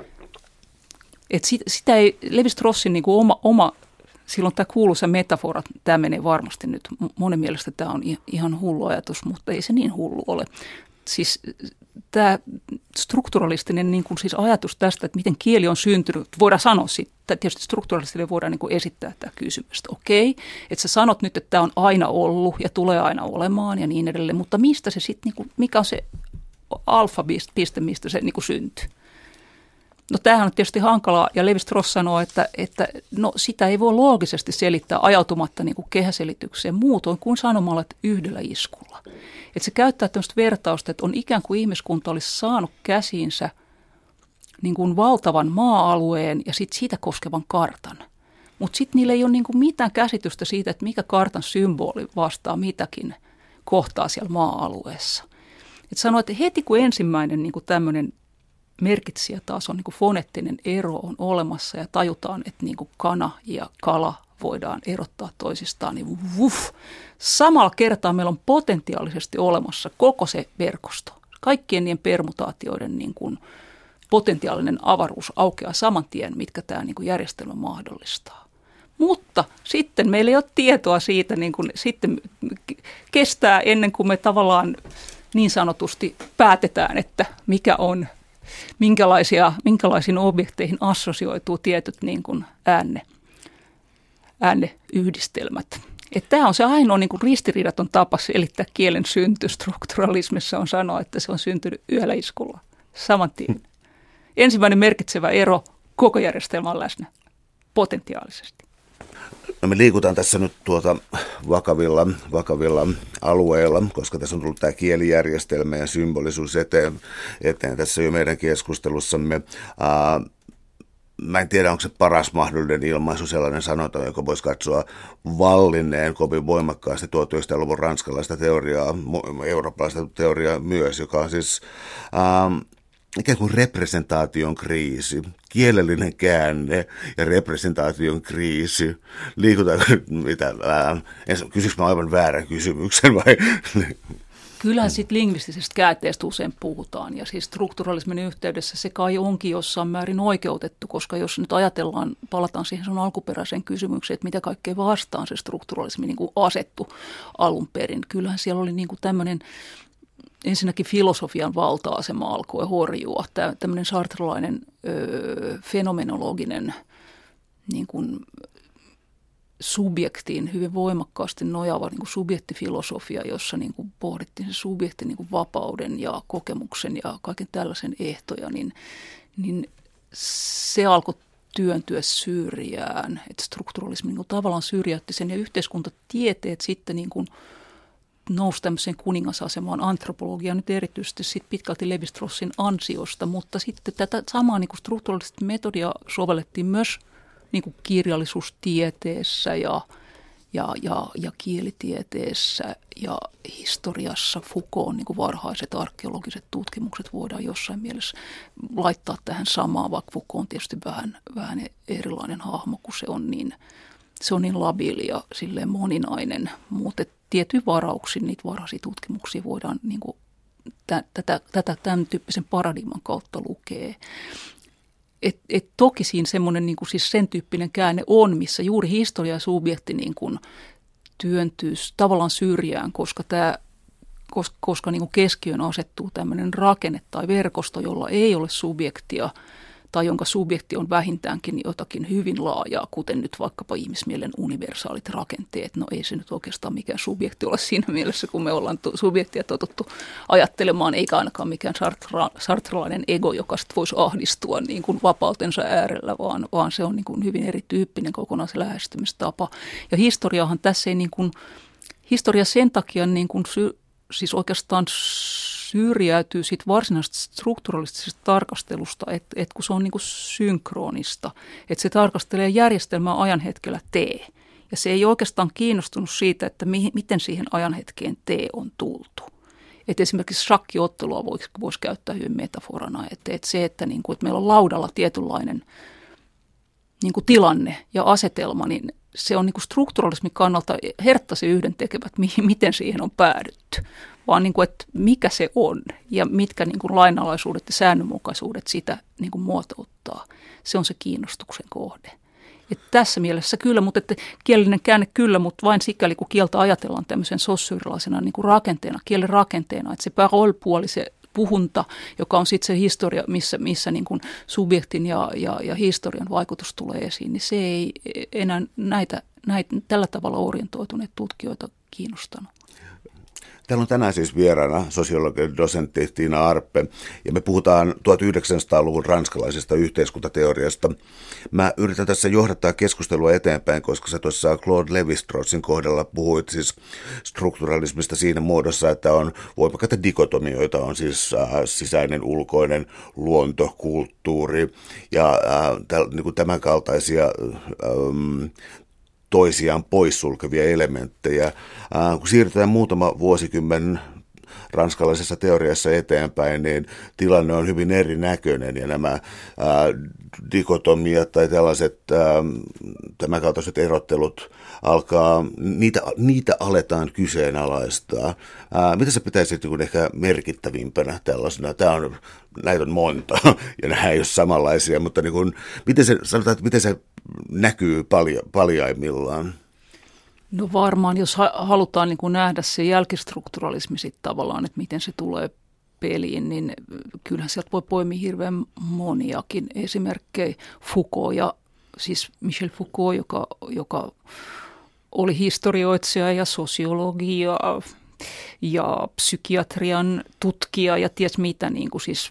Et sitä ei Levi-Straussin niin kuin oma silloin tämä kuuluisa metafora, tämä menee varmasti nyt, monen mielestä tämä on ihan hullu ajatus, mutta ei se niin hullu ole. Siis tämä strukturalistinen niin kuin siis ajatus tästä, että miten kieli on syntynyt, voidaan sanoa siitä, tietysti strukturalistille voidaan niin kuin esittää tämä kysymys, että okei, että sä sanot nyt, että tämä on aina ollut ja tulee aina olemaan ja niin edelleen, mutta mistä se sitten, niin kuin, mikä on se alfapiste, mistä se niin kuin syntyy? No tämähän on tietysti hankalaa ja Levi-Strauss sanoo, että no, sitä ei voi loogisesti selittää ajautumatta niin kuin kehäselitykseen muutoin kuin sanomalla, että yhdellä iskulla. Että se käyttää tämmöistä vertausta, että on ikään kuin ihmiskunta olisi saanut käsiinsä niin kuin valtavan maa-alueen ja sitten siitä koskevan kartan. Mutta sitten niillä ei ole niin kuin mitään käsitystä siitä, että mikä kartan symboli vastaa mitäkin kohtaa siellä maa-alueessa. Että sanoo, että heti kun ensimmäinen niin kuin tämmöinen merkitsijätason niin kuin foneettinen ero on olemassa ja tajutaan, että niin kuin kana ja kala voidaan erottaa toisistaan, niin samalla kertaa meillä on potentiaalisesti olemassa koko se verkosto. Kaikkien niiden permutaatioiden niin kuin potentiaalinen avaruus aukeaa saman tien, mitkä tämä niin kuin järjestelmä mahdollistaa. Mutta sitten meillä ei ole tietoa siitä, niin kuin sitten kestää ennen kuin me tavallaan niin sanotusti päätetään, että mikä on minkälaisiin objekteihin assosioituu tietyt niin kuin ääneyhdistelmät. Tämä on se ainoa niin kuin ristiriidaton tapa selittää kielen synty strukturalismissa on sanoa, että se on syntynyt yhdellä iskulla saman tien. Ensimmäinen merkitsevä ero, koko järjestelmä on läsnä potentiaalisesti. No me liikutaan tässä nyt vakavilla alueilla, koska tässä on tullut tämä kielijärjestelmä ja symbolisuus eteen tässä jo meidän keskustelussamme. Mä en tiedä, onko se paras mahdollinen ilmaisu sellainen sanonta, joka voisi katsoa vallinneen kovin voimakkaasti 1900-luvun ranskalaista teoriaa, eurooppalaista teoriaa myös, joka on siis ikään kuin representaation kriisi, kielellinen käänne ja representaation kriisi. Liikutaanko mitä? Kysyks mä aivan väärän kysymyksen vai? Kyllähän sitten lingvistisestä käänteestä usein puhutaan ja siis strukturalismin yhteydessä se kai onkin jossain määrin oikeutettu, koska jos nyt ajatellaan, palataan siihen sun alkuperäiseen kysymykseen, että mitä kaikkea vastaan se strukturalismi niin kuin asettu alun perin. Kyllähän siellä oli niin kuin tämmöinen ensinnäkin filosofian valta-asema alkoi horjua. Tämmöinen sartrelainen fenomenologinen niin kuin subjektiin hyvin voimakkaasti nojaava niin kuin subjektifilosofia, jossa niin kuin pohdittiin se subjektin niin kuin vapauden ja kokemuksen ja kaiken tällaisen ehtoja, niin se alkoi työntyä syrjään. Että strukturalismi niin kuin tavallaan syrjäytti sen ja yhteiskuntatieteet sitten niin kuin nousi tämmöiseen kuningasasemaan antropologia nyt erityisesti sit pitkälti Levi-Straussin ansiosta, mutta sitten tätä samaa niin kuin strukturaalista metodia sovellettiin myös niin kuin kirjallisuustieteessä ja kielitieteessä ja historiassa. Foucaultin niin kuin varhaiset arkeologiset tutkimukset voidaan jossain mielessä laittaa tähän samaan, vaikka Foucault on tietysti vähän erilainen hahmo, kun se on niin labiili ja silleen moninainen, mutta tietyin varauksin niitä varhaisia tutkimuksia voidaan niin kuin tämän tyyppisen paradigman kautta lukea. Toki siinä semmoinen niin kuin siis sen tyyppinen käänne on, missä juuri historia ja subjekti niin kuin työntyy tavallaan syrjään, koska niin kuin keskiöön asettuu tämmöinen rakenne tai verkosto, jolla ei ole subjektia tai jonka subjekti on vähintäänkin jotakin hyvin laajaa, kuten nyt vaikkapa ihmismielen universaalit rakenteet. No ei se nyt oikeastaan mikään subjekti ole siinä mielessä, kun me ollaan subjektia totuttu ajattelemaan, eikä ainakaan mikään sartralainen ego, joka sitten voisi ahdistua niin kuin vapautensa äärellä, vaan se on niin kuin hyvin erityyppinen kokonaan se lähestymistapa. Ja historiahan tässä ei niin kuin, historia sen takia niin kuin siis oikeastaan syrjäytyy siitä varsinaisesta strukturalistisesta tarkastelusta, että kun se on niin kuin synkronista, että se tarkastelee järjestelmää ajanhetkellä T. Ja se ei oikeastaan kiinnostunut siitä, että miten siihen ajanhetkeen T on tultu. Että esimerkiksi shakkiottelua voisi käyttää hyvin metaforana, että se, että, niin kuin, että meillä on laudalla tietynlainen niin kuin tilanne ja asetelma, niin se on niin kuin strukturalismin kannalta herttaisen yhdentekevät, miten siihen on päädytty, vaan niin kuin, että mikä se on ja mitkä niin kuin lainalaisuudet ja säännönmukaisuudet sitä niin kuin muotouttaa. Se on se kiinnostuksen kohde. Että tässä mielessä kyllä, mutta että kielinen käänne kyllä, mutta vain sikäli kun kieltä ajatellaan tämmöisen sossyrilaisena niin kuin rakenteena, kielen rakenteena, että se parole-puoli, se puhunta, joka on sitten se historia, missä niin kuin subjektin ja historian vaikutus tulee esiin, niin se ei enää näitä tällä tavalla orientoituneet tutkijoita kiinnostanut. Täällä on tänään siis vieraana sosiologian dosentti Tiina Arppe, ja me puhutaan 1900-luvun ranskalaisesta yhteiskuntateoriasta. Mä yritän tässä johdattaa keskustelua eteenpäin, koska sä tuossa Claude Lévi-Strausssin kohdalla puhuit siis strukturalismista siinä muodossa, että on voimakkaita dikotomioita, on siis sisäinen, ulkoinen, luonto, kulttuuri ja niin kuin tämän kaltaisia toisiaan poissulkevia elementtejä. Kun siirrytään muutama vuosikymmen ranskalaisessa teoriassa eteenpäin, niin tilanne on hyvin erinäköinen ja nämä dikotomiat tai tällaiset tämän kaltaiset erottelut alkaa, niitä aletaan kyseenalaistaa. Mitä sä pitäisit ehkä merkittävimpänä tällaisena? Näitä on monta ja nämä ei ole samanlaisia, mutta niin kuin, miten se näkyy paljaimmillaan? No varmaan, jos halutaan niin kuin nähdä se jälkistrukturalismi sitten tavallaan, että miten se tulee peliin, niin kyllähän sieltä voi poimia hirveän moniakin esimerkkejä. Foucault ja siis Michel Foucault, joka oli historioitsija ja sosiologi ja psykiatrian tutkija ja ties mitä niin kuin siis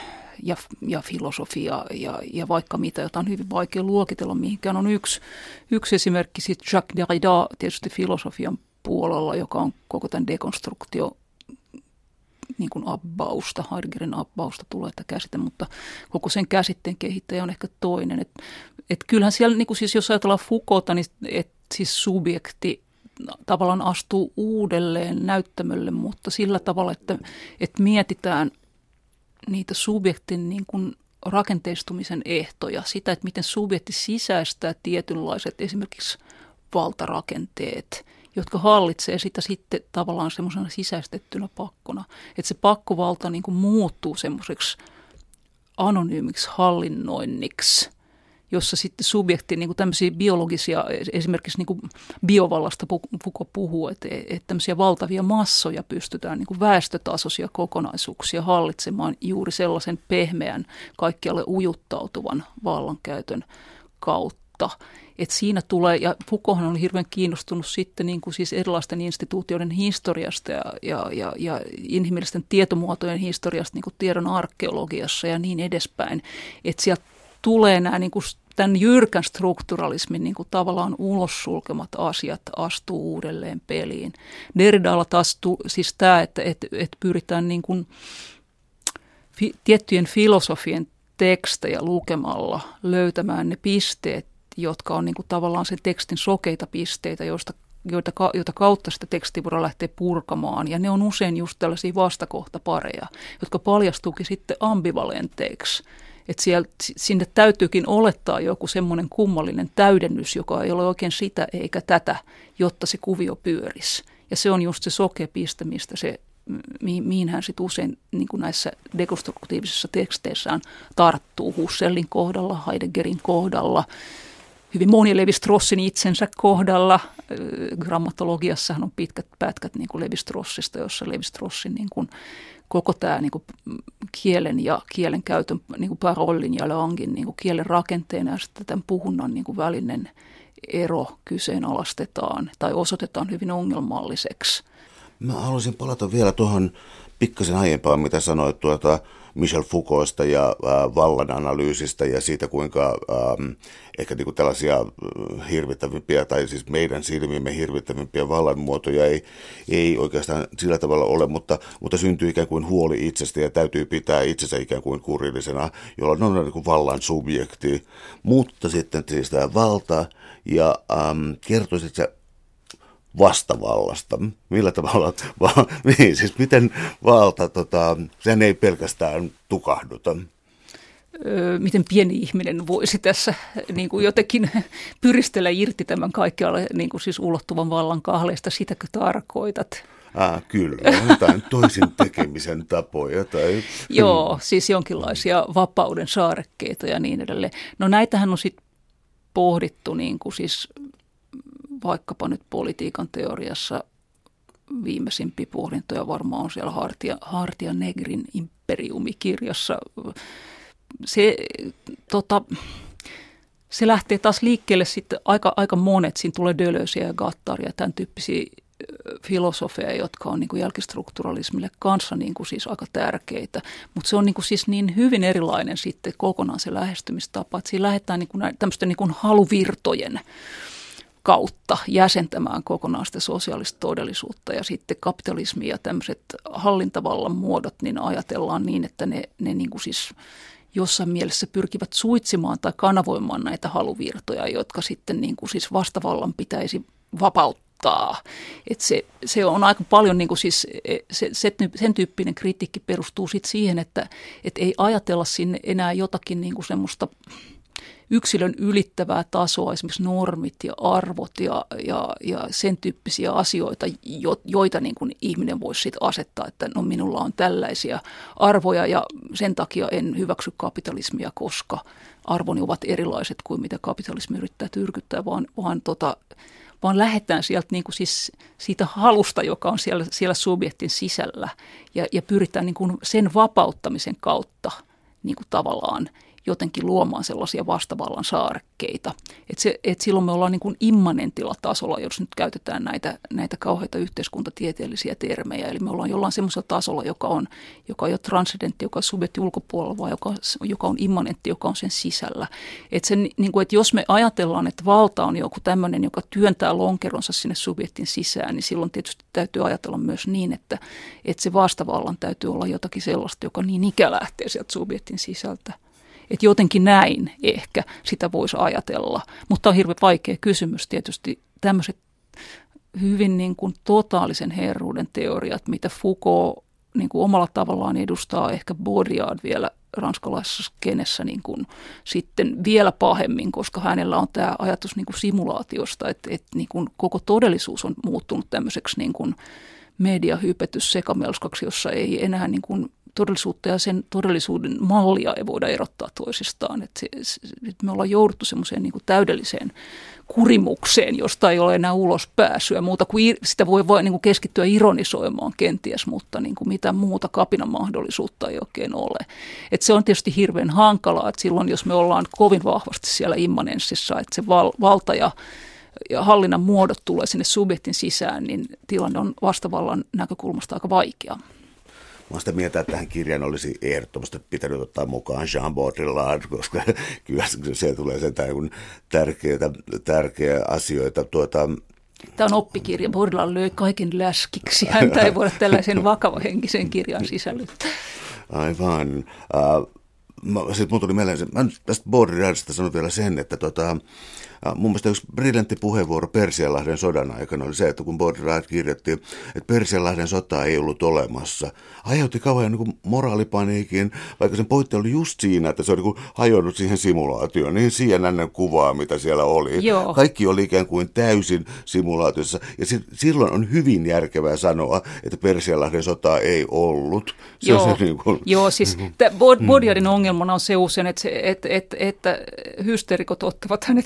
ja filosofia ja vaikka mitä, jota on hyvin vaikea luokitella mihinkään. On yksi esimerkki sitten Jacques Derrida tietysti filosofian puolella, joka on koko tämän dekonstruktio niin kuin abbausta, Heideggerin abbausta tulee tämä käsite, mutta koko sen käsitteen kehittäjä on ehkä toinen. Et kyllähän siellä, niin kuin siis jos ajatellaan Foucaulta, niin siis subjekti tavallaan astuu uudelleen näyttämölle, mutta sillä tavalla, että mietitään niitä subjektin niin kuin rakenteistumisen ehtoja, sitä, että miten subjekti sisäistää tietynlaiset esimerkiksi valtarakenteet, jotka hallitsee sitä sitten tavallaan semmoisena sisäistettynä pakkona. Että se pakkovalta niin kuin muuttuu semmoiseksi anonyymiksi hallinnoinniksi, jossa sitten subjekti, niin kuin tämmöisiä biologisia, esimerkiksi niin kuin biovallasta Foucault puhuu, että tämmöisiä valtavia massoja pystytään niin kuin väestötasoisia kokonaisuuksia hallitsemaan juuri sellaisen pehmeän, kaikkialle ujuttautuvan vallankäytön kautta. Että siinä tulee, ja Foucaulthan oli hirveän kiinnostunut sitten niin kuin siis erilaisten instituutioiden historiasta ja inhimillisten tietomuotojen historiasta niin kuin tiedon arkeologiassa ja niin edespäin. Että sieltä tulee nämä niin kuin tämän jyrkän strukturalismin niin kuin tavallaan ulos sulkemat asiat astuu uudelleen peliin. Derridalla taas siis tämä, että pyritään niin kuin tiettyjen filosofien tekstejä lukemalla löytämään ne pisteet, jotka on niin kuin tavallaan sen tekstin sokeita pisteitä, joita kautta sitä tekstiä voidaan lähteä purkamaan. Ja ne on usein just tällaisia vastakohtapareja, jotka paljastuukin sitten ambivalenteiksi. Että sinne täytyykin olettaa joku semmoinen kummallinen täydennys, joka ei ole oikein sitä eikä tätä, jotta se kuvio pyörisi. Ja se on just se sokea piste, mistä mihin hän sitten usein niin kuin näissä dekonstruktiivisissa teksteissään tarttuu Husserlin kohdalla, Heideggerin kohdalla, hyvin moni Lévi-Straussin itsensä kohdalla. Grammatologiassahan on pitkät pätkät niin kuin Lévi-Straussista, jossa Lévi-Straussin niin kuin koko tämä niin kuin kielen ja kielen käytön niin kuin parollin ja langin niin kuin kielen rakenteena ja sitten tämän puhunnan niin kuin välinen ero kyseenalaistetaan tai osoitetaan hyvin ongelmalliseksi. Mä haluaisin palata vielä tuohon pikkasen aiempaan, mitä sanoit Michel Foucaultsta ja vallan analyysistä ja siitä, kuinka ehkä niin kuin tällaisia hirvittävimpiä tai siis meidän silmimme hirvittävimpiä vallanmuotoja ei oikeastaan sillä tavalla ole, mutta syntyy ikään kuin huoli itsestä ja täytyy pitää itsensä ikään kuin kurillisena, jolloin on niin kuin vallan subjekti. Mutta sitten siis tämä valta ja kertoisit sä vastavallasta. Millä tavalla, niin, siis miten valta, sehän ei pelkästään tukahduta. Miten pieni ihminen voisi tässä niin kuin jotenkin pyristellä irti tämän kaikkialle niin kuin siis ulottuvan vallan kahleista, sitäkö tarkoitat? Kyllä, jotain toisin tekemisen tapoja. Tai Joo, siis jonkinlaisia vapauden saarekkeita ja niin edelleen. No näitähän on sitten pohdittu niin kuin siis vaikkapa nyt politiikan teoriassa viimeisimpiä pohdintoja varmaan on siellä Hartia Negrin imperiumikirjassa. Se lähtee taas liikkeelle sitten aika monet, siinä tulee Deleuzeä ja Guattaria, tämän tyyppisiä filosofeja, jotka on niin kuin jälkistrukturalismille kanssa niin kuin siis aika tärkeitä, mutta se on niin kuin siis niin hyvin erilainen sitten kokonaan se lähestymistapa, että siinä lähdetään niin kuin tämmöisten niin kuin haluvirtojen kautta jäsentämään kokonaan sitä sosiaalista todellisuutta ja sitten kapitalismi ja tämmöiset hallintavallan muodot, niin ajatellaan niin, että ne niin kuin siis jossain mielessä pyrkivät suitsimaan tai kanavoimaan näitä haluvirtoja, jotka sitten niin kuin siis vastavallan pitäisi vapauttaa. Että se on aika paljon niin kuin siis sen tyyppinen kritiikki perustuu sitten siihen, että ei ajatella sinne enää jotakin niin kuin semmoista yksilön ylittävää tasoa, esimerkiksi normit ja arvot ja sen tyyppisiä asioita, joita niin kuin ihminen voisi sitten asettaa, että no minulla on tällaisia arvoja ja sen takia en hyväksy kapitalismia, koska arvoni ovat erilaiset kuin mitä kapitalismi yrittää tyrkyttää, vaan lähdetään sieltä niin kuin siis siitä halusta, joka on siellä subjektin sisällä ja pyritään niin kuin sen vapauttamisen kautta niin kuin tavallaan jotenkin luomaan sellaisia vastavallan saarekkeita. Et silloin me ollaan niin kuin immanentilla tasolla, jos nyt käytetään näitä kauheita yhteiskuntatieteellisiä termejä. Eli me ollaan jollain semmoisella tasolla, joka on transcendentti, joka on subjekti ulkopuolella, vaan joka on immanentti, joka on sen sisällä. Niin kuin, että jos me ajatellaan, että valta on joku tämmöinen, joka työntää lonkeronsa sinne subjektin sisään, niin silloin tietysti täytyy ajatella myös niin, että se vastavallan täytyy olla jotakin sellaista, joka niin ikään lähtee sieltä subjektin sisältä. Että jotenkin näin ehkä sitä voisi ajatella, mutta on hirveän vaikea kysymys tietysti tämmöiset hyvin niin kuin totaalisen herruuden teoriat, mitä Foucault niin kuin omalla tavallaan edustaa, ehkä Baudrillard vielä ranskalaisessa skenessä niin kuin sitten vielä pahemmin, koska hänellä on tämä ajatus niin kuin simulaatiosta, että niin kuin koko todellisuus on muuttunut tämmöiseksi niin kuin mediahypetyssekamelskaksi, jossa ei enää niin kuin todellisuutta ja sen todellisuuden mallia ei voida erottaa toisistaan. Että me ollaan jouduttu semmoiseen niin kuin täydelliseen kurimukseen, josta ei ole enää ulospääsyä. Muuta kuin sitä voi niin kuin keskittyä ironisoimaan kenties, mutta niin kuin mitään muuta kapinan mahdollisuutta ei oikein ole. Että se on tietysti hirveän hankalaa, että silloin jos me ollaan kovin vahvasti siellä immanenssissa, että se valta ja hallinnan muodot tulee sinne subjektin sisään, niin tilanne on vastavallan näkökulmasta aika vaikea. Mä sitä mieltä, että tähän kirjaan olisi ehdottomasti pitänyt ottaa mukaan Jean Baudrillard, koska kyllä se tulee sentään tärkeä asioita. Tämä on oppikirja. Baudrillard löi kaiken läskiksi. Häntä ei voida tällaisen vakavahenkisen kirjan sisällyttää. Aivan. Sitten mun tuli mieleen, mä tästä Baudrillardista sanon vielä sen, että mun mielestä yksi briljantti puheenvuoro Persianlahden sodan aikana oli se, että kun Baudrillard kirjoitti, että Persianlahden sotaa ei ollut olemassa, aiheutti kauhean niin moraalipaniikin, vaikka sen pointti oli just siinä, että se oli niin hajonnut siihen simulaatioon, niin CNN kuvaa, mitä siellä oli. Joo. Kaikki oli ikään kuin täysin simulaatiossa, ja silloin on hyvin järkevää sanoa, että Persianlahden sotaa ei ollut. Joo, siis Baudrillardin ongelmana on se usein, että hysteerikot ottavat hänet kirjaan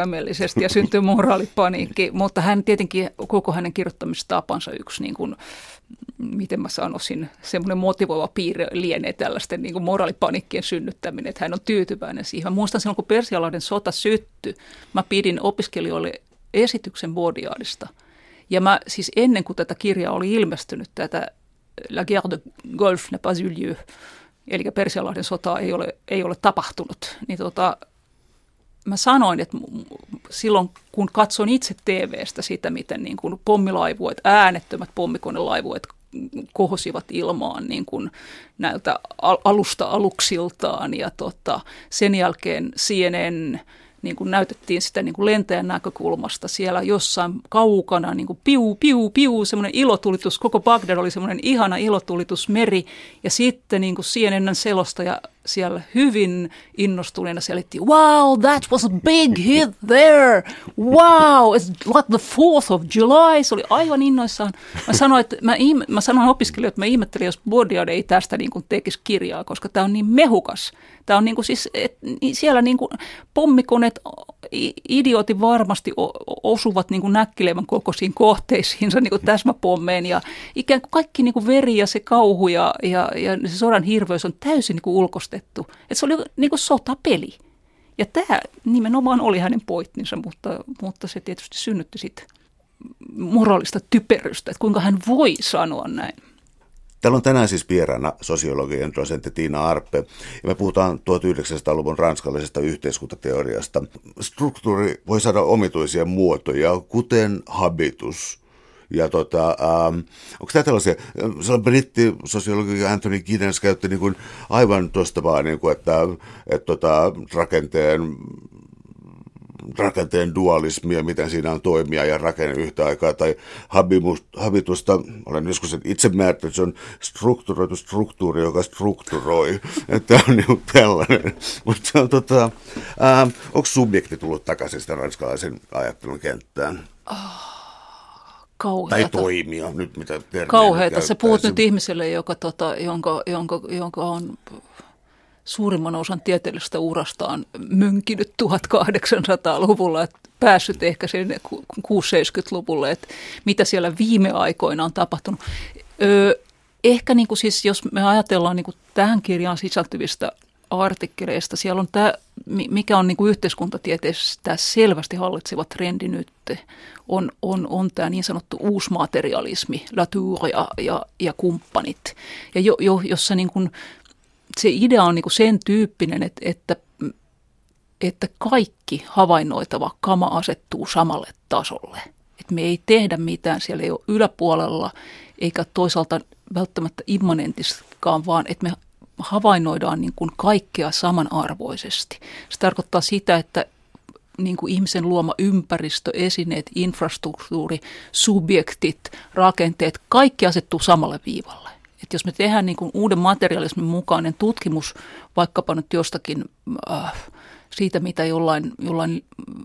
kirjaimellisesti ja syntyi moraalipaniikki, mutta hän tietenkin koko hänen kirjoittamistapansa yksi, niin kuin, miten mä sanoisin, semmoinen motivoiva piirre lienee tällaisten niin kuin moraalipaniikkien synnyttäminen, että hän on tyytyväinen siihen. Mä muistan silloin, kun Persianlahden sota syttyi, mä pidin opiskelijoille esityksen Baudrillardista. Ja mä siis ennen kuin tätä kirjaa oli ilmestynyt, tätä La guerre de Golfe n'a pas eu lieu, eli Persianlahden sota ei ole tapahtunut, niin mä sanoin, että silloin kun katson itse TV:stä sitä, miten niin kuin pommilaivueet, äänettömät pommikonelaivueet kohosivat ilmaan niin kuin näiltä alusta-aluksiltaan ja sen jälkeen CNN niin kuin näytettiin sitä niin kuin lentäjän näkökulmasta siellä jossain kaukana, niin kuin piu, piu, piu, semmoinen ilotulitus, koko Bagdad oli semmoinen ihana ilotulitusmeri, ja sitten niin kuin CNN:n selostaja siellä hyvin innostuneena selitti, wow, that was a big hit there, wow, it's like the 4th of July, se oli aivan innoissaan. Mä sanoin opiskelijoille, että mä ihmettelin, jos Baudrillard ei tästä niin kuin tekisi kirjaa, koska tämä on niin mehukas. Tämä on niin kuin siis, siellä niin kuin pommikoneet, idiootin varmasti osuvat niin kuin näkkilevän kokoisiin kohteisiinsa niin kuin täsmäpommeen ja ikään kuin kaikki niin kuin veri ja se kauhu ja se sodan hirveys on täysin niin kuin ulkostettu. Että se oli niin kuin sotapeli. Ja tämä nimenomaan oli hänen pointtinsa, mutta se tietysti synnytti sitten moraalista typerystä, että kuinka hän voi sanoa näin. Täällä on tänään siis vieraana sosiologian dosentti Tiina Arppe, ja me puhutaan 1900-luvun ranskalaisesta yhteiskuntateoriasta. Struktuuri voi saada omituisia muotoja, kuten habitus. Ja onko tämä tällaisia, sellainen brittisosiologi Anthony Giddens käytti niin kuin aivan tuosta vaan, niin kuin, että rakenteen dualismia, miten siinä on toimia ja rakenne yhtä aikaa, tai habitusta, olen joskus itse määritellyt, että se on strukturoitu struktuuri, joka strukturoi, että on niin tällainen. Mutta se on onko subjekti tullut takaisin sitä ranskalaisen ajattelun kenttään? Kauheata. Tai toimia, nyt mitä termiä kauheata. Sä puhut nyt ihmiselle, jonka on suurimman osan tieteellisestä urastaan mönkinyt 1800-luvulla, että päässyt ehkä sinne 670-luvulle, että mitä siellä viime aikoina on tapahtunut. Ehkä niin kuin siis, jos me ajatellaan niin kuin tähän kirjaan sisältyvistä artikkeleista, siellä on tämä, mikä on niin kuin yhteiskuntatieteessä tämä selvästi hallitseva trendi nyt, on tämä niin sanottu uusmaterialismi, Latour ja kumppanit, ja jossa niin kuin se idea on niin kuin sen tyyppinen, että kaikki havainnoitava kama asettuu samalle tasolle. Että me ei tehdä mitään, siellä ei ole yläpuolella eikä toisaalta välttämättä immanentiskaan, vaan että me havainnoidaan niin kuin kaikkea samanarvoisesti. Se tarkoittaa sitä, että niin kuin ihmisen luoma ympäristö, esineet, infrastruktuuri, subjektit, rakenteet, kaikki asettuu samalle viivalle. Että jos me tehdään niin kuin uuden materialismin mukainen tutkimus, vaikkapa nyt jostakin siitä, mitä jollain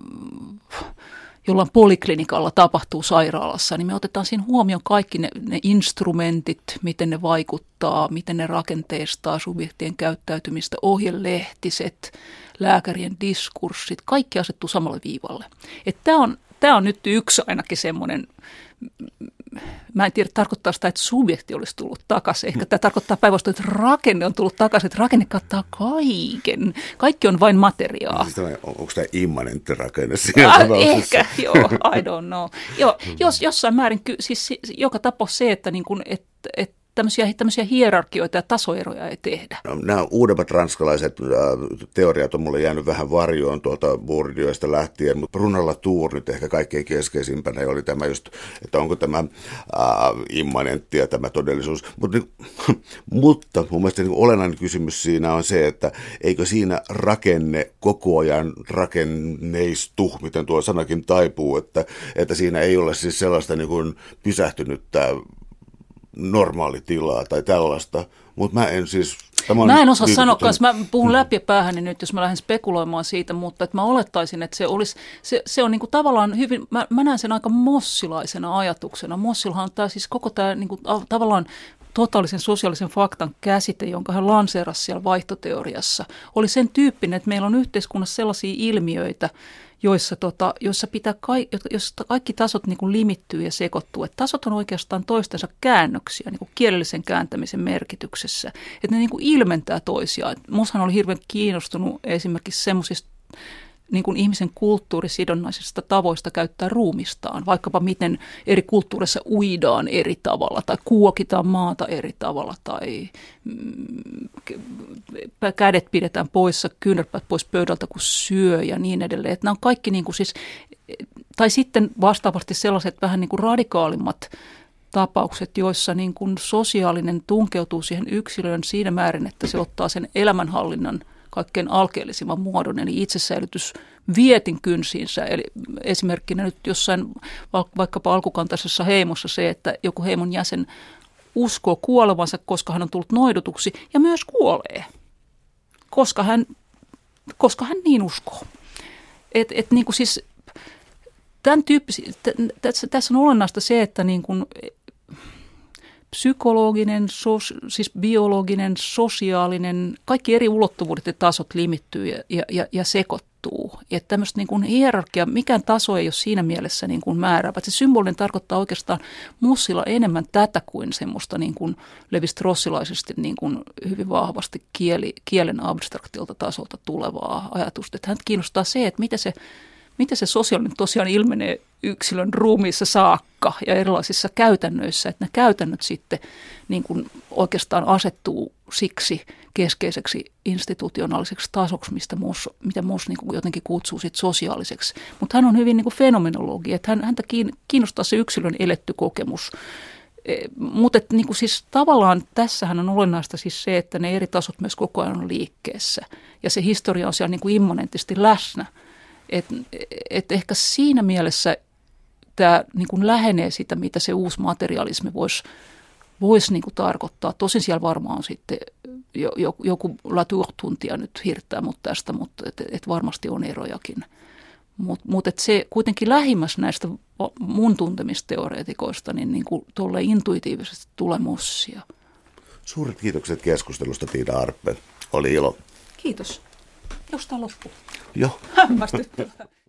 poliklinikalla tapahtuu sairaalassa, niin me otetaan siinä huomioon kaikki ne instrumentit, miten ne vaikuttaa, miten ne rakenteistaa subjektien käyttäytymistä, ohjelehtiset, lääkärien diskurssit, kaikki asettuu samalle viivalle. Tämä on nyt yksi ainakin semmoinen. Mä en tiedä, tarkoittaa sitä, että subjekti olisi tullut takaisin. Ehkä tämä tarkoittaa päinvastoin, että rakenne on tullut takaisin, että rakenne kattaa kaiken. Kaikki on vain materiaa. Onko tämä immanentti rakenne? Ehkä, joo, I don't know. Joo, jossain määrin, siis joka tapauksessa se, että niin kun, tämmöisiä hierarkioita ja tasoeroja ei tehdä. No, nämä uudemmat ranskalaiset teoriat on mulle jäänyt vähän varjoon tuolta Bourdieusta lähtien, mutta Bruno Latour nyt ehkä kaikkein keskeisimpänä oli tämä just, että onko tämä immanentti ja tämä todellisuus. Mutta mun mielestä niin olennainen kysymys siinä on se, että eikö siinä rakenne koko ajan rakenneistu, miten tuo sanakin taipuu, että siinä ei ole siis sellaista niin kuin pysähtynyttä normaalitilaa tai tällaista, mutta mä en osaa sanoa kanssa, mä puhun läpi päähäni nyt, jos mä lähden spekuloimaan siitä, mutta että mä olettaisin, että se on niin kuin tavallaan hyvin, mä näen sen aika mossilaisena ajatuksena. Mossillahan on tämä siis koko tämä niin kuin tavallaan totaalisen sosiaalisen faktan käsite, jonka hän lanseerasi siellä vaihtoteoriassa, oli sen tyyppinen, että meillä on yhteiskunnassa sellaisia ilmiöitä, joissa kaikki tasot niin kuin limittyy ja sekoittuu. Et tasot on oikeastaan toistensa käännöksiä niin kuin kielellisen kääntämisen merkityksessä. Että ne niin kuin ilmentää toisiaan. Mustahan oli hirveän kiinnostunut esimerkiksi semmoisista niin kuin ihmisen kulttuurisidonnaisista tavoista käyttää ruumistaan, vaikkapa miten eri kulttuureissa uidaan eri tavalla tai kuokitaan maata eri tavalla tai kädet pidetään poissa, kyynärpäät pois pöydältä kun syö ja niin edelleen. Että nämä on kaikki niin kuin siis, tai sitten vastaavasti sellaiset vähän niin kuin radikaalimmat tapaukset, joissa niin kuin sosiaalinen tunkeutuu siihen yksilöön siinä määrin, että se ottaa sen elämänhallinnan kaikkein alkeellisimman muodon, eli itsesäilytys vietin kynsiinsä. Eli esimerkkinä nyt jossain vaikkapa alkukantaisessa heimossa se, että joku heimon jäsen uskoo kuolevansa, koska hän on tullut noidutuksi, ja myös kuolee, koska hän niin uskoo. Niin kuin siis, tämän tässä on olennaista se, että niin kuin psykologinen, siis biologinen, sosiaalinen, kaikki eri ulottuvuudet ja tasot limittyy ja sekoittuu. Että tämmöistä niin kuin hierarkia, mikään taso ei ole siinä mielessä niin kuin määräävä. Se symbolinen tarkoittaa oikeastaan Mussilla enemmän tätä kuin semmoista niin kuin levi-strossilaisesti niin kuin hyvin vahvasti kielen abstraktilta tasolta tulevaa ajatusta. Että häntä kiinnostaa se, että miten se sosiaalinen tosiaan ilmenee yksilön ruumiissa saakka ja erilaisissa käytännöissä, että ne käytännöt sitten niin kuin oikeastaan asettuu siksi keskeiseksi institutionaaliseksi tasoksi, mitä Moss niin kuin jotenkin kutsuu sit sosiaaliseksi. Mutta hän on hyvin niin kuin fenomenologi, että häntä kiinnostaa se yksilön eletty kokemus. Mutta niin siis tavallaan tässähän on olennaista siis se, että ne eri tasot myös koko ajan on liikkeessä ja se historia on siellä niin kuin immanentisti läsnä. Et ehkä siinä mielessä tämä niin kuin lähenee sitä, mitä se uusi materialismi voisi niin kuin tarkoittaa. Tosin siellä varmaan sitten joku Latour-tuntija nyt hirttää mut tästä, mutta et varmasti on erojakin. Mutta se kuitenkin lähimmäs näistä mun tuntemisteoreetikoista niin kuin tuolle intuitiivisesti tulee Mossia. Suuret kiitokset keskustelusta, Tiina Arppe. Oli ilo. Kiitos. Jostain loppuu. Joo. Hämmästyttävää.